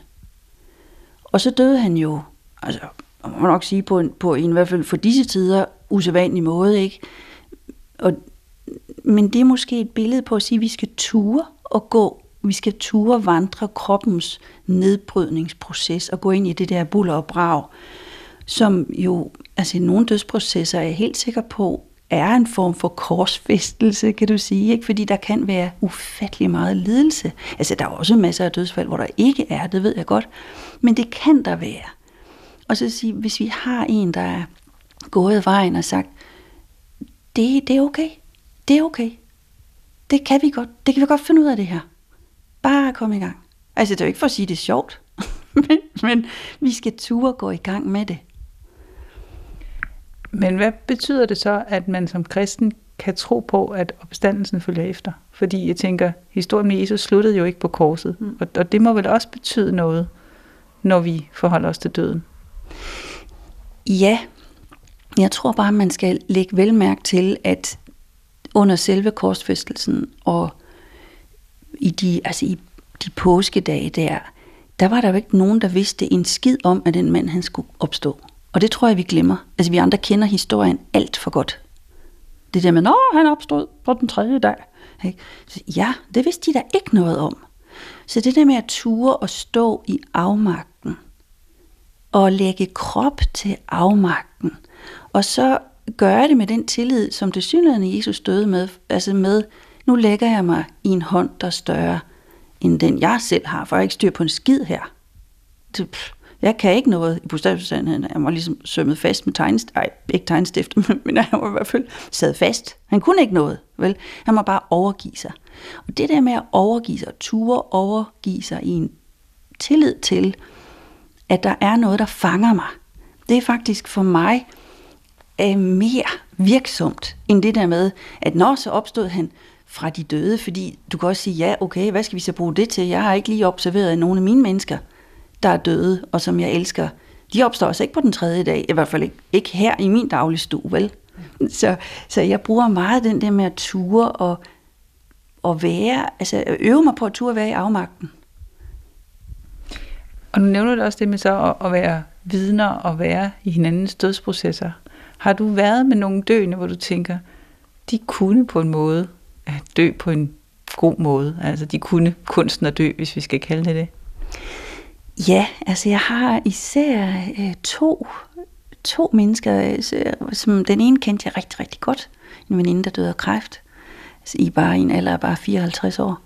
Og så døde han jo, altså man må nok sige på en, på en i hvert fald for disse tider usædvanlig måde, ikke? Og, men det er måske et billede på at sige, at vi skal ture og gå, vi skal ture vandre kroppens nedbrydningsproces og gå ind i det der buller og brag, som jo, altså i nogle dødsprocesser er jeg helt sikker på, er en form for korsfæstelse, kan du sige, ikke? Fordi der kan være ufattelig meget lidelse. Altså, der er også masser af dødsfald, hvor der ikke er, det ved jeg godt, men det kan der være. Og så sige, hvis vi har en, der er gået vejen og sagt, det, det er okay, det er okay, det kan vi godt, det kan vi godt finde ud af det her. Bare kom i gang. Altså, det er jo ikke for at sige, det er sjovt, men, men vi skal ture gå i gang med det. Men hvad betyder det så, at man som kristen kan tro på, at opstandelsen følger efter? Fordi jeg tænker, historien med Jesus sluttede jo ikke på korset, mm. og, og det må vel også betyde noget, når vi forholder os til døden? Ja, jeg tror bare, man skal lægge vel mærke til, at under selve korsfæstelsen og i de, altså i de påskedage der, der var der jo ikke nogen, der vidste en skid om, at den mand han skulle opstå. Og det tror jeg, vi glemmer. Altså, vi andre kender historien alt for godt. Det der med, nå, han opstod på den tredje dag. Så, ja, det vidste de da ikke noget om. Så det der med at ture og stå i afmagten, og lægge krop til afmagten, og så gøre det med den tillid, som det synligheden Jesus døde med, altså med, nu lægger jeg mig i en hånd, der er større, end den jeg selv har, for jeg ikke styr på en skid her. Det, pff, jeg kan ikke noget i bogstavsforstand. Han var ligesom sømmet fast med tegnestift. Nej, ikke tegnestift, men han var i hvert fald sad fast. Han kunne ikke noget, vel? Han må bare overgive sig. Og det der med at overgive sig, ture overgive sig i en tillid til, at der er noget, der fanger mig, det er faktisk for mig øh, mere virksomt, end det der med, at når så opstod han fra de døde, fordi du kan også sige, ja, okay, hvad skal vi så bruge det til? Jeg har ikke lige observeret nogle af mine mennesker, der er døde, og som jeg elsker. De opstår også ikke på den tredje dag, i hvert fald ikke, ikke her i min dagligstue, vel? Så, så jeg bruger meget den der med at ture og, og være, altså øve mig på at ture og være i afmagten. Og nu nævner du også det med så at, at være vidner og være i hinandens dødsprocesser. Har du været med nogle døende, hvor du tænker, de kunne på en måde dø på en god måde? Altså de kunne kunsten at dø, hvis vi skal kalde det det. Ja, altså jeg har især øh, to, to mennesker, øh, som den ene kendte jeg rigtig, rigtig godt. En veninde, der døde af kræft, altså i bare en alder af bare fireoghalvtreds år.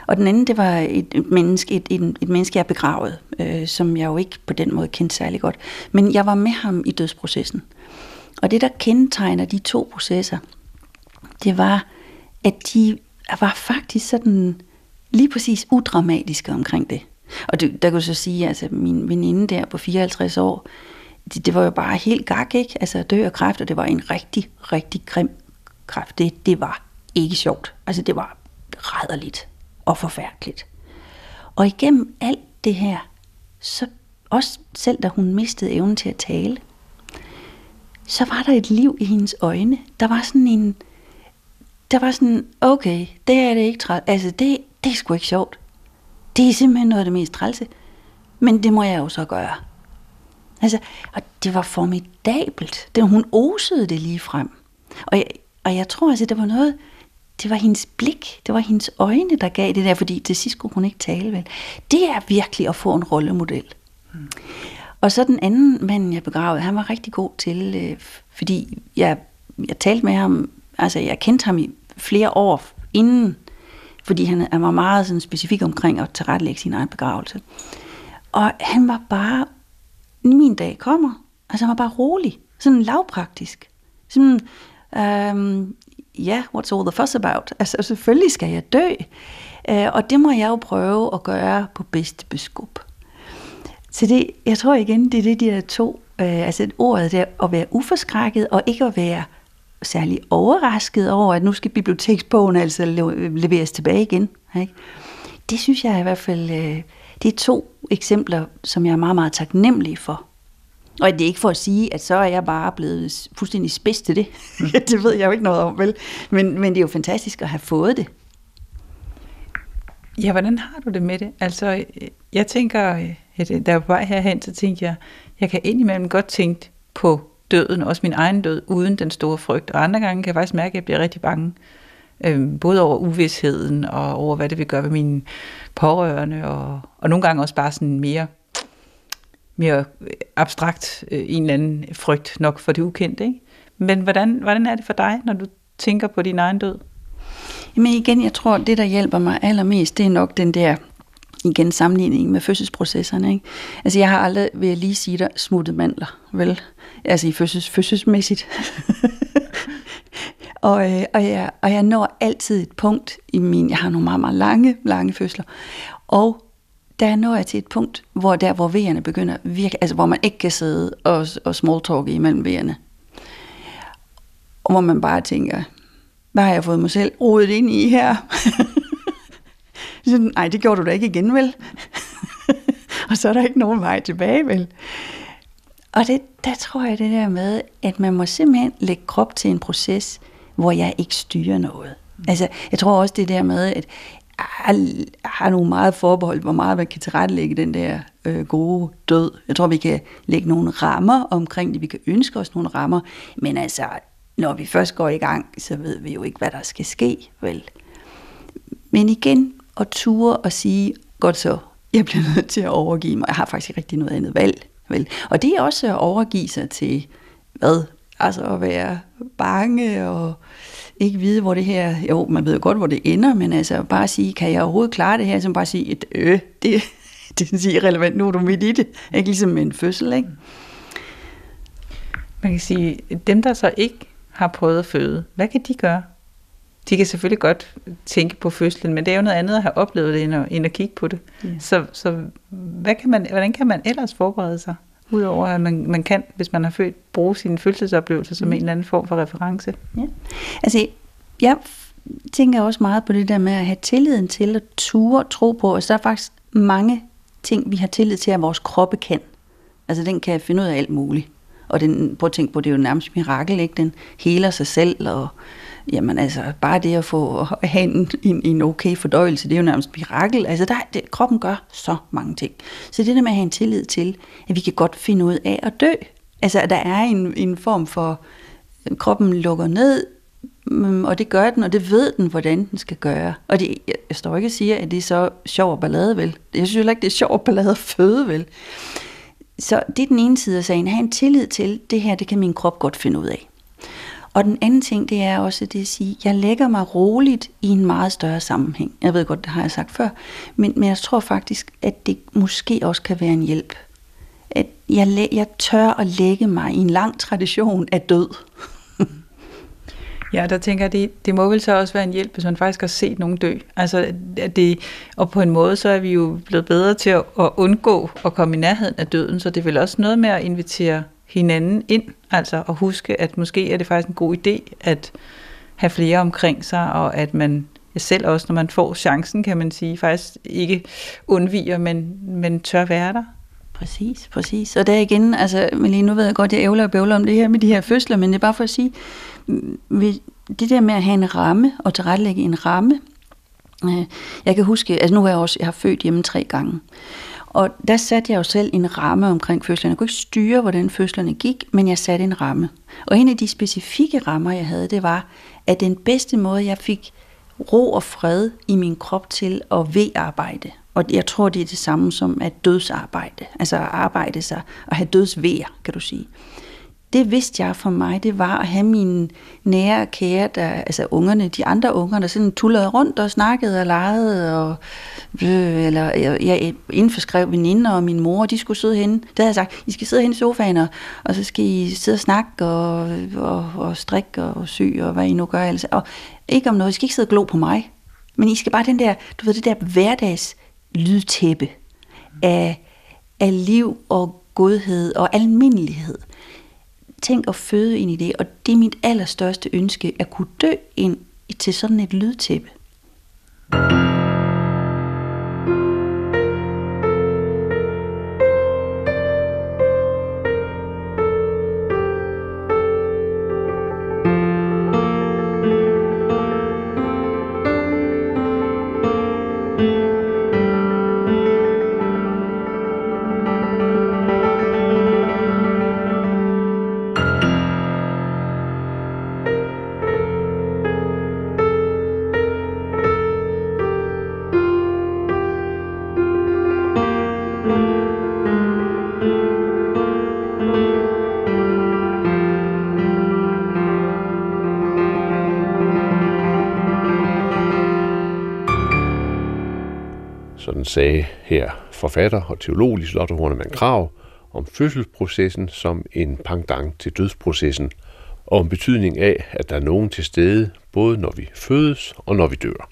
Og den anden, det var et, et menneske, et, et, et menneske, jeg begravet, øh, som jeg jo ikke på den måde kendte særlig godt. Men jeg var med ham i dødsprocessen. Og det, der kendetegner de to processer, det var, at de var faktisk sådan lige præcis udramatiske omkring det. Og det, der kan du så sige, altså min veninde der på fireoghalvtreds år, det, det var jo bare helt gak, ikke? Altså dø af kræft, og det var en rigtig, rigtig grim kræft. Det, det var ikke sjovt. Altså det var rædderligt og forfærdeligt. Og igennem alt det her, så også selv da hun mistede evnen til at tale, så var der et liv i hendes øjne. Der var sådan en, der var sådan, okay, det er det ikke træls. Altså det, det er sgu ikke sjovt. Det er simpelthen noget af det mest trælse. Men det må jeg jo så gøre. Altså, og det var formidabelt. Det, hun osede det lige frem. Og jeg, og jeg tror altså, det var noget, det var hendes blik, det var hendes øjne, der gav det der, fordi til sidst kunne hun ikke tale vel. Det er virkelig at få en rollemodel. Hmm. Og så den anden mand, jeg begravede, han var rigtig god til, øh, fordi jeg, jeg talte med ham, altså jeg kendte ham i flere år inden, fordi han, han var meget sådan specifik omkring at tilrettelægge sin egen begravelse. Og han var bare, min dag kommer, altså han var bare rolig, sådan lavpraktisk. Sådan, øhm, ja, yeah, what's all the fuss about? Altså selvfølgelig skal jeg dø, øh, og det må jeg jo prøve at gøre på bedste beskub. Så det, jeg tror igen, det er det, de der to, øh, altså ordet der, at være uforskrækket, og ikke at være særlig overrasket over, at nu skal biblioteksbogen altså leveres tilbage igen. Ikke? Det synes jeg i hvert fald, øh, det er to eksempler, som jeg er meget, meget taknemmelig for. Og det er ikke for at sige, at så er jeg bare blevet fuldstændig spids til det. Det ved jeg jo ikke noget om, vel? Men, men det er jo fantastisk at have fået det. Ja, hvordan har du det med det? Altså, jeg tænker, da jeg var på vej herhen, så tænkte jeg, jeg kan indimellem godt tænke på døden, også min egen død, uden den store frygt. Og andre gange kan jeg faktisk mærke, at jeg bliver rigtig bange. Øhm, både over uvidsheden, og over hvad det vil gøre ved mine pårørende, og, og nogle gange også bare sådan mere, mere abstrakt øh, en eller anden frygt nok for det ukendte. Ikke? Men hvordan, hvordan er det for dig, når du tænker på din egen død? Men igen, jeg tror, det der hjælper mig allermest, det er nok den der, igen sammenligning med fødselsprocesserne. Ikke? Altså jeg har aldrig, vil jeg lige sige dig, smuttet mandler, vel? Altså i fødsels, fødselsmæssigt. og, øh, og, jeg, og jeg når altid et punkt i min, jeg har nogle meget, meget lange, lange fødsler, og der når jeg til et punkt, hvor der, hvor vejerne begynder virkelig, altså hvor man ikke kan sidde og, og smalltalke imellem vejerne. Og hvor man bare tænker, hvad har jeg fået mig selv rodet ind i her? Nej, det gjorde du da ikke igen, vel? Og så er der ikke nogen vej tilbage, vel? Og det, der tror jeg det der med, at man må simpelthen lægge krop til en proces, hvor jeg ikke styrer noget. Altså, jeg tror også det der med, at jeg har nogle meget forbehold, hvor meget man kan tilrettelægge den der øh, gode død. Jeg tror, vi kan lægge nogle rammer omkring det. Vi kan ønske os nogle rammer. Men altså, når vi først går i gang, så ved vi jo ikke, hvad der skal ske, vel? Men igen, at ture og sige, godt så, jeg bliver nødt til at overgive mig. Jeg har faktisk ikke rigtig noget andet valg, vel? Og det er også at overgive sig til, hvad? Altså at være bange og ikke vide, hvor det her, jo, man ved jo godt, hvor det ender, men altså bare sige, kan jeg overhovedet klare det her? Så bare sige, et øh, det, det er irrelevant, nu er du midt i det. Ikke ligesom med en fødsel, ikke? Man kan sige, dem der så ikke har prøvet at føde, hvad kan de gøre? De kan selvfølgelig godt tænke på fødslen, men det er jo noget andet at have oplevet det, end at, end at kigge på det. Ja. Så, så hvad kan man, hvordan kan man ellers forberede sig? Udover at man, man kan, hvis man har født, bruge sine fødselsoplevelser som mm. en eller anden form for reference. Ja. Altså, jeg tænker også meget på det der med at have tilliden til at ture og tro på, at der er faktisk mange ting, vi har tillid til, at vores kroppe kan. Altså, den kan finde ud af alt muligt. Og den, prøv at tænke på, det er jo nærmest mirakel, ikke? Den heler sig selv, og jamen altså, bare det at få at have en, en, en okay fordøjelse, det er jo nærmest mirakel. Altså, der, det, kroppen gør så mange ting. Så det der med at have en tillid til, at vi kan godt finde ud af at dø. Altså, at der er en, en form for, kroppen lukker ned, og det gør den, og det ved den, hvordan den skal gøre. Og det, jeg står ikke og siger, at det er så sjov og ballade, vel? Jeg synes heller ikke, det er sjov og ballade at føde, vel? Så det er den ene side af sagen. Have en tillid til, det her, det kan min krop godt finde ud af. Og den anden ting, det er også det at sige, at jeg lægger mig roligt i en meget større sammenhæng. Jeg ved godt, det har jeg sagt før, men, men jeg tror faktisk, at det måske også kan være en hjælp. At jeg, jeg tør at lægge mig i en lang tradition af død. Ja, der tænker jeg, det, det må vel så også være en hjælp, hvis man faktisk har set nogen dø. Altså, det, og på en måde, så er vi jo blevet bedre til at, at undgå at komme i nærheden af døden, så det er vel også noget med at invitere hinanden ind, altså at huske, at måske er det faktisk en god idé at have flere omkring sig, og at man selv også, når man får chancen, kan man sige, faktisk ikke undviger, men, men tør være der. Præcis, præcis. Og der igen, altså, Malene, nu ved jeg godt, jeg ævler og bøvler om det her med de her fødsler, men det er bare for at sige, det der med at have en ramme, og tilrettelægge en ramme, jeg kan huske, altså nu har jeg også, jeg har født hjemme tre gange, og der satte jeg jo selv en ramme omkring fødslerne. Jeg kunne ikke styre, hvordan fødslerne gik, men jeg satte en ramme. Og en af de specifikke rammer, jeg havde, det var, at den bedste måde, jeg fik ro og fred i min krop til at ved-arbejde, og jeg tror, det er det samme som at dødsarbejde, altså at arbejde sig og have dødsvejer, kan du sige. Det vidste jeg for mig, det var at have mine nære og kære, der, altså ungerne, de andre unger, der sådan tullede rundt og snakkede og legede, og, øh, eller jeg, jeg indforskrev veninder og min mor, de skulle sidde henne. Der havde jeg sagt, I skal sidde henne i sofaen, og, og så skal I sidde og snakke og, og, og strikke og sy, og hvad I nu gør. Altså. Og ikke om noget, I skal ikke sidde og glo på mig, men I skal bare den der, du ved, det der hverdags lydtæppe af, af liv og godhed og almindelighed. Tænk at føde ind i det, og det er mit allerstørste ønske, at kunne dø ind til sådan et lydtæppe. Sådan sagde her forfatter og teolog Liselotte Hornemann Krag om fødselsprocessen som en pendant til dødsprocessen, og om betydning af, at der er nogen til stede, både når vi fødes og når vi dør.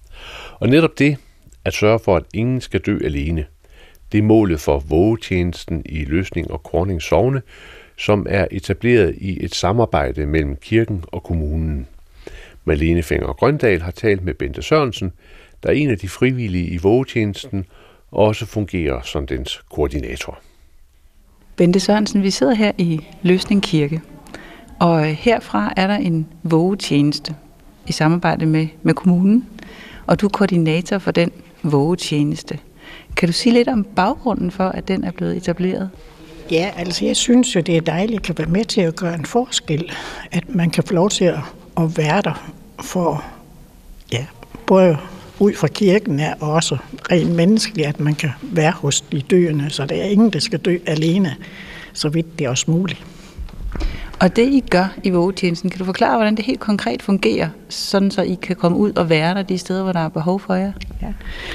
Og netop det, at sørge for, at ingen skal dø alene, det er målet for vågetjenesten i Løsning og Korning Sogne, som er etableret i et samarbejde mellem kirken og kommunen. Malene Fenger Grøndal har talt med Bente Sørensen, der er en af de frivillige i vågetjenesten, og også fungerer som dens koordinator. Bente Sørensen, vi sidder her i Løsning Kirke, og herfra er der en vågetjeneste i samarbejde med, med kommunen, og du er koordinator for den vågetjeneste. Kan du sige lidt om baggrunden for, at den er blevet etableret? Ja, altså jeg synes jo, det er dejligt at kan være med til at gøre en forskel, at man kan få lov til at, at være der for, ja, både ud fra kirken er også rent menneskeligt, at man kan være hos de døende, så der er ingen, der skal dø alene, så vidt det er også muligt. Og det I gør i vågetjenesten, kan du forklare, hvordan det helt konkret fungerer, sådan så I kan komme ud og være der de steder, hvor der er behov for jer? Ja.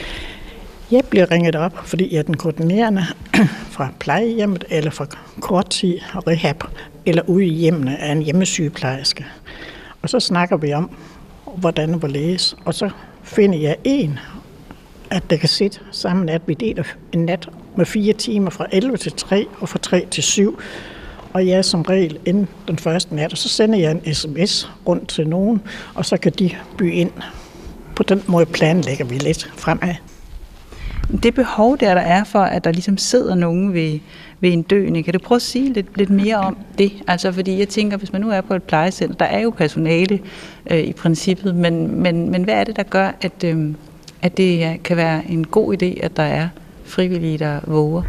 Jeg bliver ringet op, fordi jeg er den koordinerende fra plejehjemmet, eller fra korttid og rehab, eller ude i hjemmene af en hjemmesygeplejerske. Og så snakker vi om, hvordan og hvorledes, og så finder jeg en, at der kan sidde sammen, at vi deler en nat med fire timer fra elleve til tre og fra tre til syv. Og jeg er som regel inden den første nat, og så sender jeg en sms rundt til nogen, og så kan de byde ind. På den måde planlægger vi lidt fremad. Det behov der, der er for, at der ligesom sidder nogen ved, ved en døende, kan du prøve at sige lidt, lidt mere om det? Altså fordi jeg tænker, hvis man nu er på et plejecenter, der er jo personale øh, i princippet, men, men, men hvad er det, der gør, at, øh, at det kan være en god idé, at der er frivillige, der våger?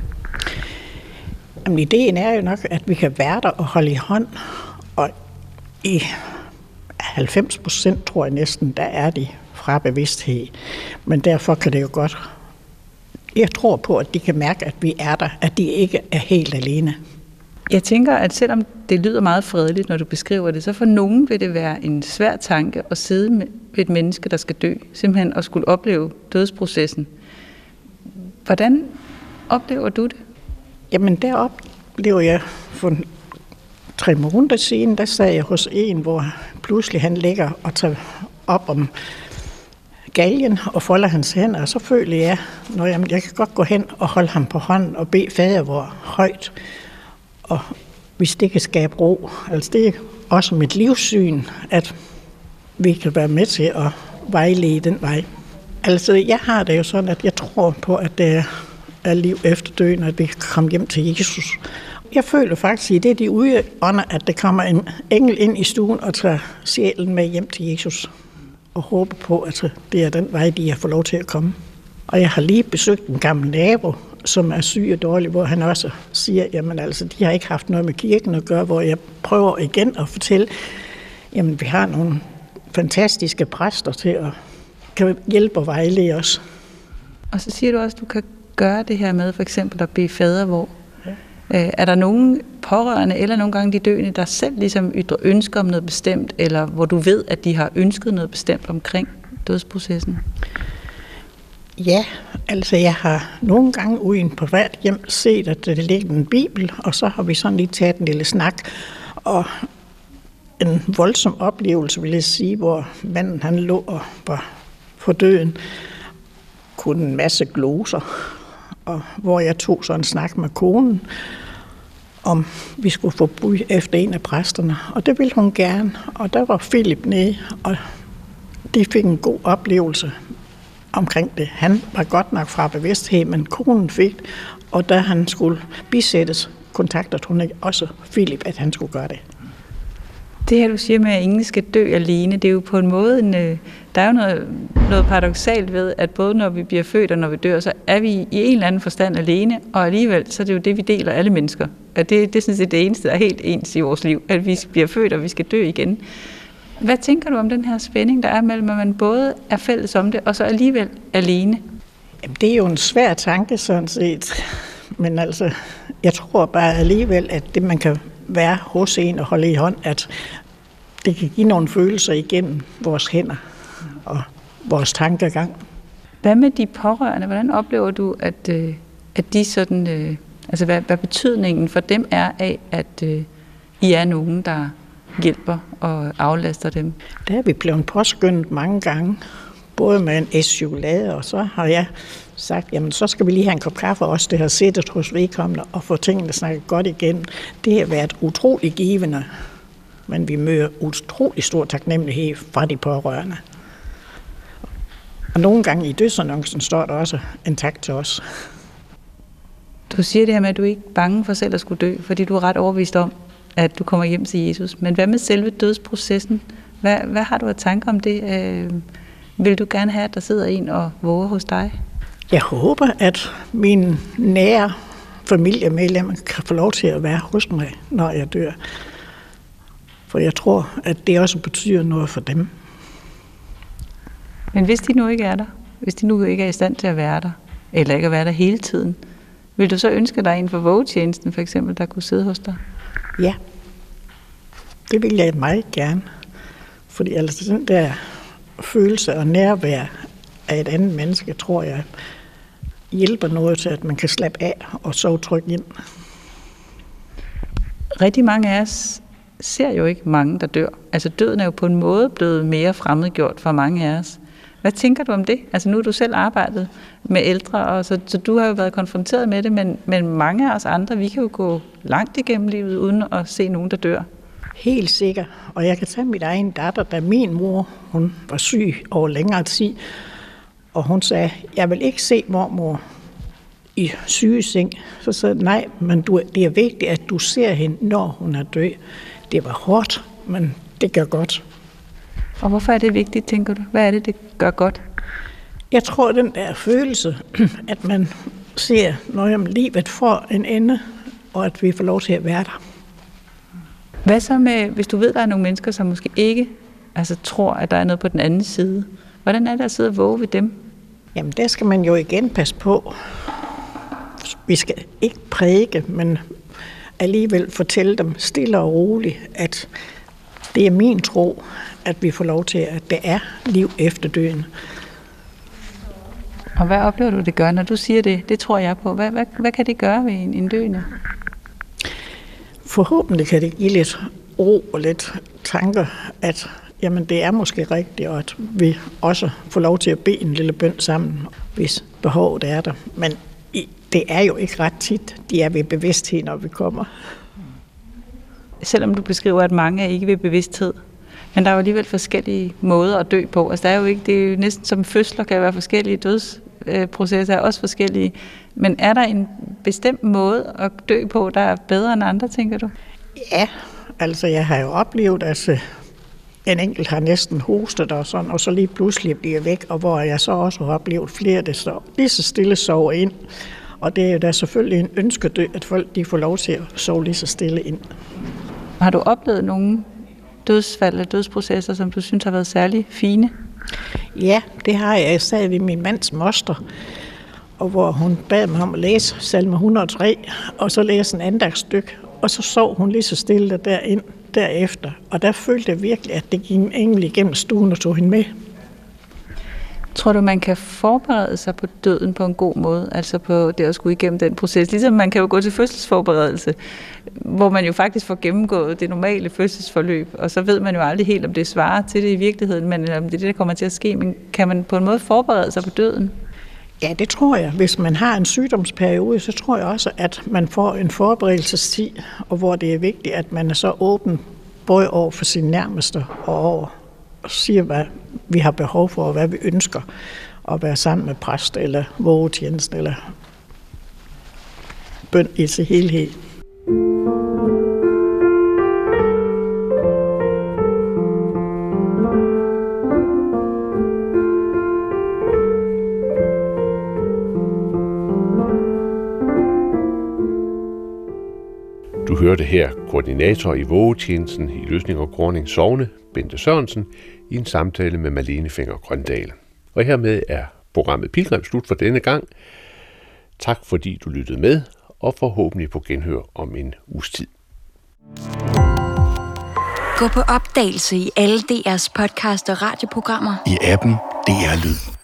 Jamen, ideen er jo nok, at vi kan være der og holde i hånd, og i halvfems procent tror jeg næsten, der er de fra bevidsthed. Men derfor kan det jo godt. Jeg tror på, at de kan mærke, at vi er der, at de ikke er helt alene. Jeg tænker, at selvom det lyder meget fredeligt, når du beskriver det, så for nogen vil det være en svær tanke at sidde med et menneske, der skal dø. Simpelthen at skulle opleve dødsprocessen. Hvordan oplever du det? Jamen, der oplever jeg for tre måneder siden, der sad jeg hos en, hvor pludselig han ligger og tager op om galgen og folder hans hænder, og så føler jeg, når jeg, jeg kan godt gå hen og holde ham på hånden og bede fader vor højt, og hvis det kan skabe ro. Altså det er også mit livssyn, at vi kan være med til at vejlede den vej. Altså jeg har det jo sådan, at jeg tror på, at det er liv efter døden, at vi kan komme hjem til Jesus. Jeg føler faktisk, at det er de udånder, at der kommer en engel ind i stuen og tager sjælen med hjem til Jesus. Og håber på, at det er den vej, de har fået lov til at komme. Og jeg har lige besøgt en gammel nabo, som er syg og dårlig, hvor han også siger, jamen altså, de har ikke haft noget med kirken at gøre, hvor jeg prøver igen at fortælle, jamen vi har nogle fantastiske præster til at kan hjælpe og vejlede os. Og så siger du også, at du kan gøre det her med for eksempel at bede fader vor. Ja. Er der nogen pårørende eller nogle gange de døende, der selv ligesom ytrer ønsker om noget bestemt, eller hvor du ved, at de har ønsket noget bestemt omkring dødsprocessen? Ja, altså jeg har nogle gange ude i en privat hjem set, at der ligger en bibel, og så har vi sådan lige taget en lille snak, og en voldsom oplevelse, vil jeg sige, hvor manden han lå og var på døden, kunne en masse gloser, og hvor jeg tog sådan en snak med konen, om vi skulle få bud efter en af præsterne, og det ville hun gerne, og der var Philip nede, og de fik en god oplevelse omkring det. Han var godt nok fra bevidsthed, men konen fik, og da han skulle bisættes, kontaktede hun også Philip, at han skulle gøre det. Det her, du siger med, at ingen skal dø alene, det er jo på en måde, en, der er jo noget, noget paradoksalt ved, at både når vi bliver født og når vi dør, så er vi i en eller anden forstand alene, og alligevel, så er det jo det, vi deler alle mennesker. At det, det er sådan set det eneste, der er helt ens i vores liv, at vi bliver født, og vi skal dø igen. Hvad tænker du om den her spænding, der er mellem, at man både er fælles om det, og så alligevel alene? Jamen, det er jo en svær tanke, sådan set. Men altså, jeg tror bare alligevel, at det, man kan være hos en og holde i hånd, at det kan give nogle følelser igennem vores hænder og vores tankegang. Hvad med de pårørende? Hvordan oplever du, at, at de sådan, altså hvad, hvad betydningen for dem er af, at I er nogen, der hjælper og aflaster dem? Der er vi blevet påskyndet mange gange, både med en æske chokolade, og så har jeg sagt, jamen så skal vi lige have en kop kaffe også, det har sættet hos vedkommende, og få tingene snakket godt igen. Det har været utrolig givende, men vi møder utrolig stor taknemmelighed fra de pårørende. Og nogle gange i dødsannoncen står der også en tak til os. Du siger det her med, at du ikke er bange for selv at skulle dø, fordi du er ret overbevist om, at du kommer hjem til Jesus. Men hvad med selve dødsprocessen? Hvad, hvad har du at tanke om det? Øh, vil du gerne have, at der sidder en og våger hos dig? Jeg håber, at mine nære familiemedlemmer kan få lov til at være hos mig, når jeg dør. For jeg tror, at det også betyder noget for dem. Men hvis de nu ikke er der, hvis de nu ikke er i stand til at være der, eller ikke at være der hele tiden, vil du så ønske dig en for vågetjenesten, for eksempel, der kunne sidde hos dig? Ja, det vil jeg meget gerne. Fordi altså den der følelse og nærvær af et andet menneske, tror jeg, hjælper noget til, at man kan slappe af og sove trygt ind. Rigtig mange af os ser jo ikke mange, der dør. Altså døden er jo på en måde blevet mere fremmedgjort for mange af os. Hvad tænker du om det? Altså nu har du selv arbejdet med ældre, og så, så du har jo været konfronteret med det, men, men mange af os andre, vi kan jo gå langt igennem livet, uden at se nogen, der dør. Helt sikkert. Og jeg kan tage mit egen datter, da min mor, hun var syg over længere tid, og hun sagde, jeg vil ikke se mormor i sygeseng. Så sagde jeg, nej, men du, det er vigtigt, at du ser hende, når hun er død. Det var hårdt, men det gør godt. Og hvorfor er det vigtigt, tænker du? Hvad er det, det gør godt? Jeg tror, den der følelse, at man ser, når livet får en ende, og at vi får lov til at være der. Hvad så med, hvis du ved, der er nogle mennesker, som måske ikke altså, tror, at der er noget på den anden side? Hvordan er det at sidde og våge ved dem? Jamen, der skal man jo igen passe på. Vi skal ikke prædike, men alligevel fortælle dem stille og roligt, at det er min tro, at vi får lov til, at der er liv efter døden. Og hvad oplever du, det gør, når du siger det? Det tror jeg på. Hvad, hvad, hvad kan det gøre ved en, en døende? Forhåbentlig kan det give lidt ro og lidt tanker, at jamen, det er måske rigtigt, og at vi også får lov til at bede en lille bøn sammen, hvis behovet er der. Men det er jo ikke ret tit, de er ved bevidsthed, når vi kommer. Selvom du beskriver, at mange er ikke ved bevidsthed, men der er jo alligevel forskellige måder at dø på. Altså, der er jo ikke, det er jo næsten som fødsler kan være forskellige, dødsprocesser er også forskellige. Men er der en bestemt måde at dø på, der er bedre end andre, tænker du? Ja, altså jeg har jo oplevet, at en enkelt har næsten hostet og sådan, og så lige pludselig bliver væk, og hvor jeg så også har oplevet flere, der står lige så stille sover ind. Og det er jo da selvfølgelig en ønskedød, at folk de får lov til at sove lige så stille ind. Har du oplevet nogle dødsfald eller dødsprocesser, som du synes har været særlig fine? Ja, det har jeg. Jeg sad ved min mands moster, og hvor hun bad mig om at læse salme et hundrede og tre, og så læse en andagsstykke, og så sov hun lige så stille derind derefter. Og der følte jeg virkelig, at det gik en engel igennem stuen og tog hende med. Tror du, man kan forberede sig på døden på en god måde? Altså på det at skulle igennem den proces? Ligesom man kan jo gå til fødselsforberedelse, hvor man jo faktisk får gennemgået det normale fødselsforløb, og så ved man jo aldrig helt, om det svarer til det i virkeligheden, men om det er det, der kommer til at ske. Men kan man på en måde forberede sig på døden? Ja, det tror jeg. Hvis man har en sygdomsperiode, så tror jeg også, at man får en forberedelsestid, og hvor det er vigtigt, at man er så åben både over for sine nærmeste og over og siger, hvad vi har behov for, og hvad vi ønsker at være sammen med præst eller vågetjeneste eller bøn i sin helhed. Du hørte her koordinator i vågetjenesten i Løsning og Groning Sogne, Bente Sørensen, i en samtale med Malene Fenger Grøndal. Og hermed er programmet Pilgrim slut for denne gang. Tak fordi du lyttede med, og forhåbentlig på genhør om en uges tid. Gå på opdagelse i alle D R's podcast og radioprogrammer. I appen D R Lyd.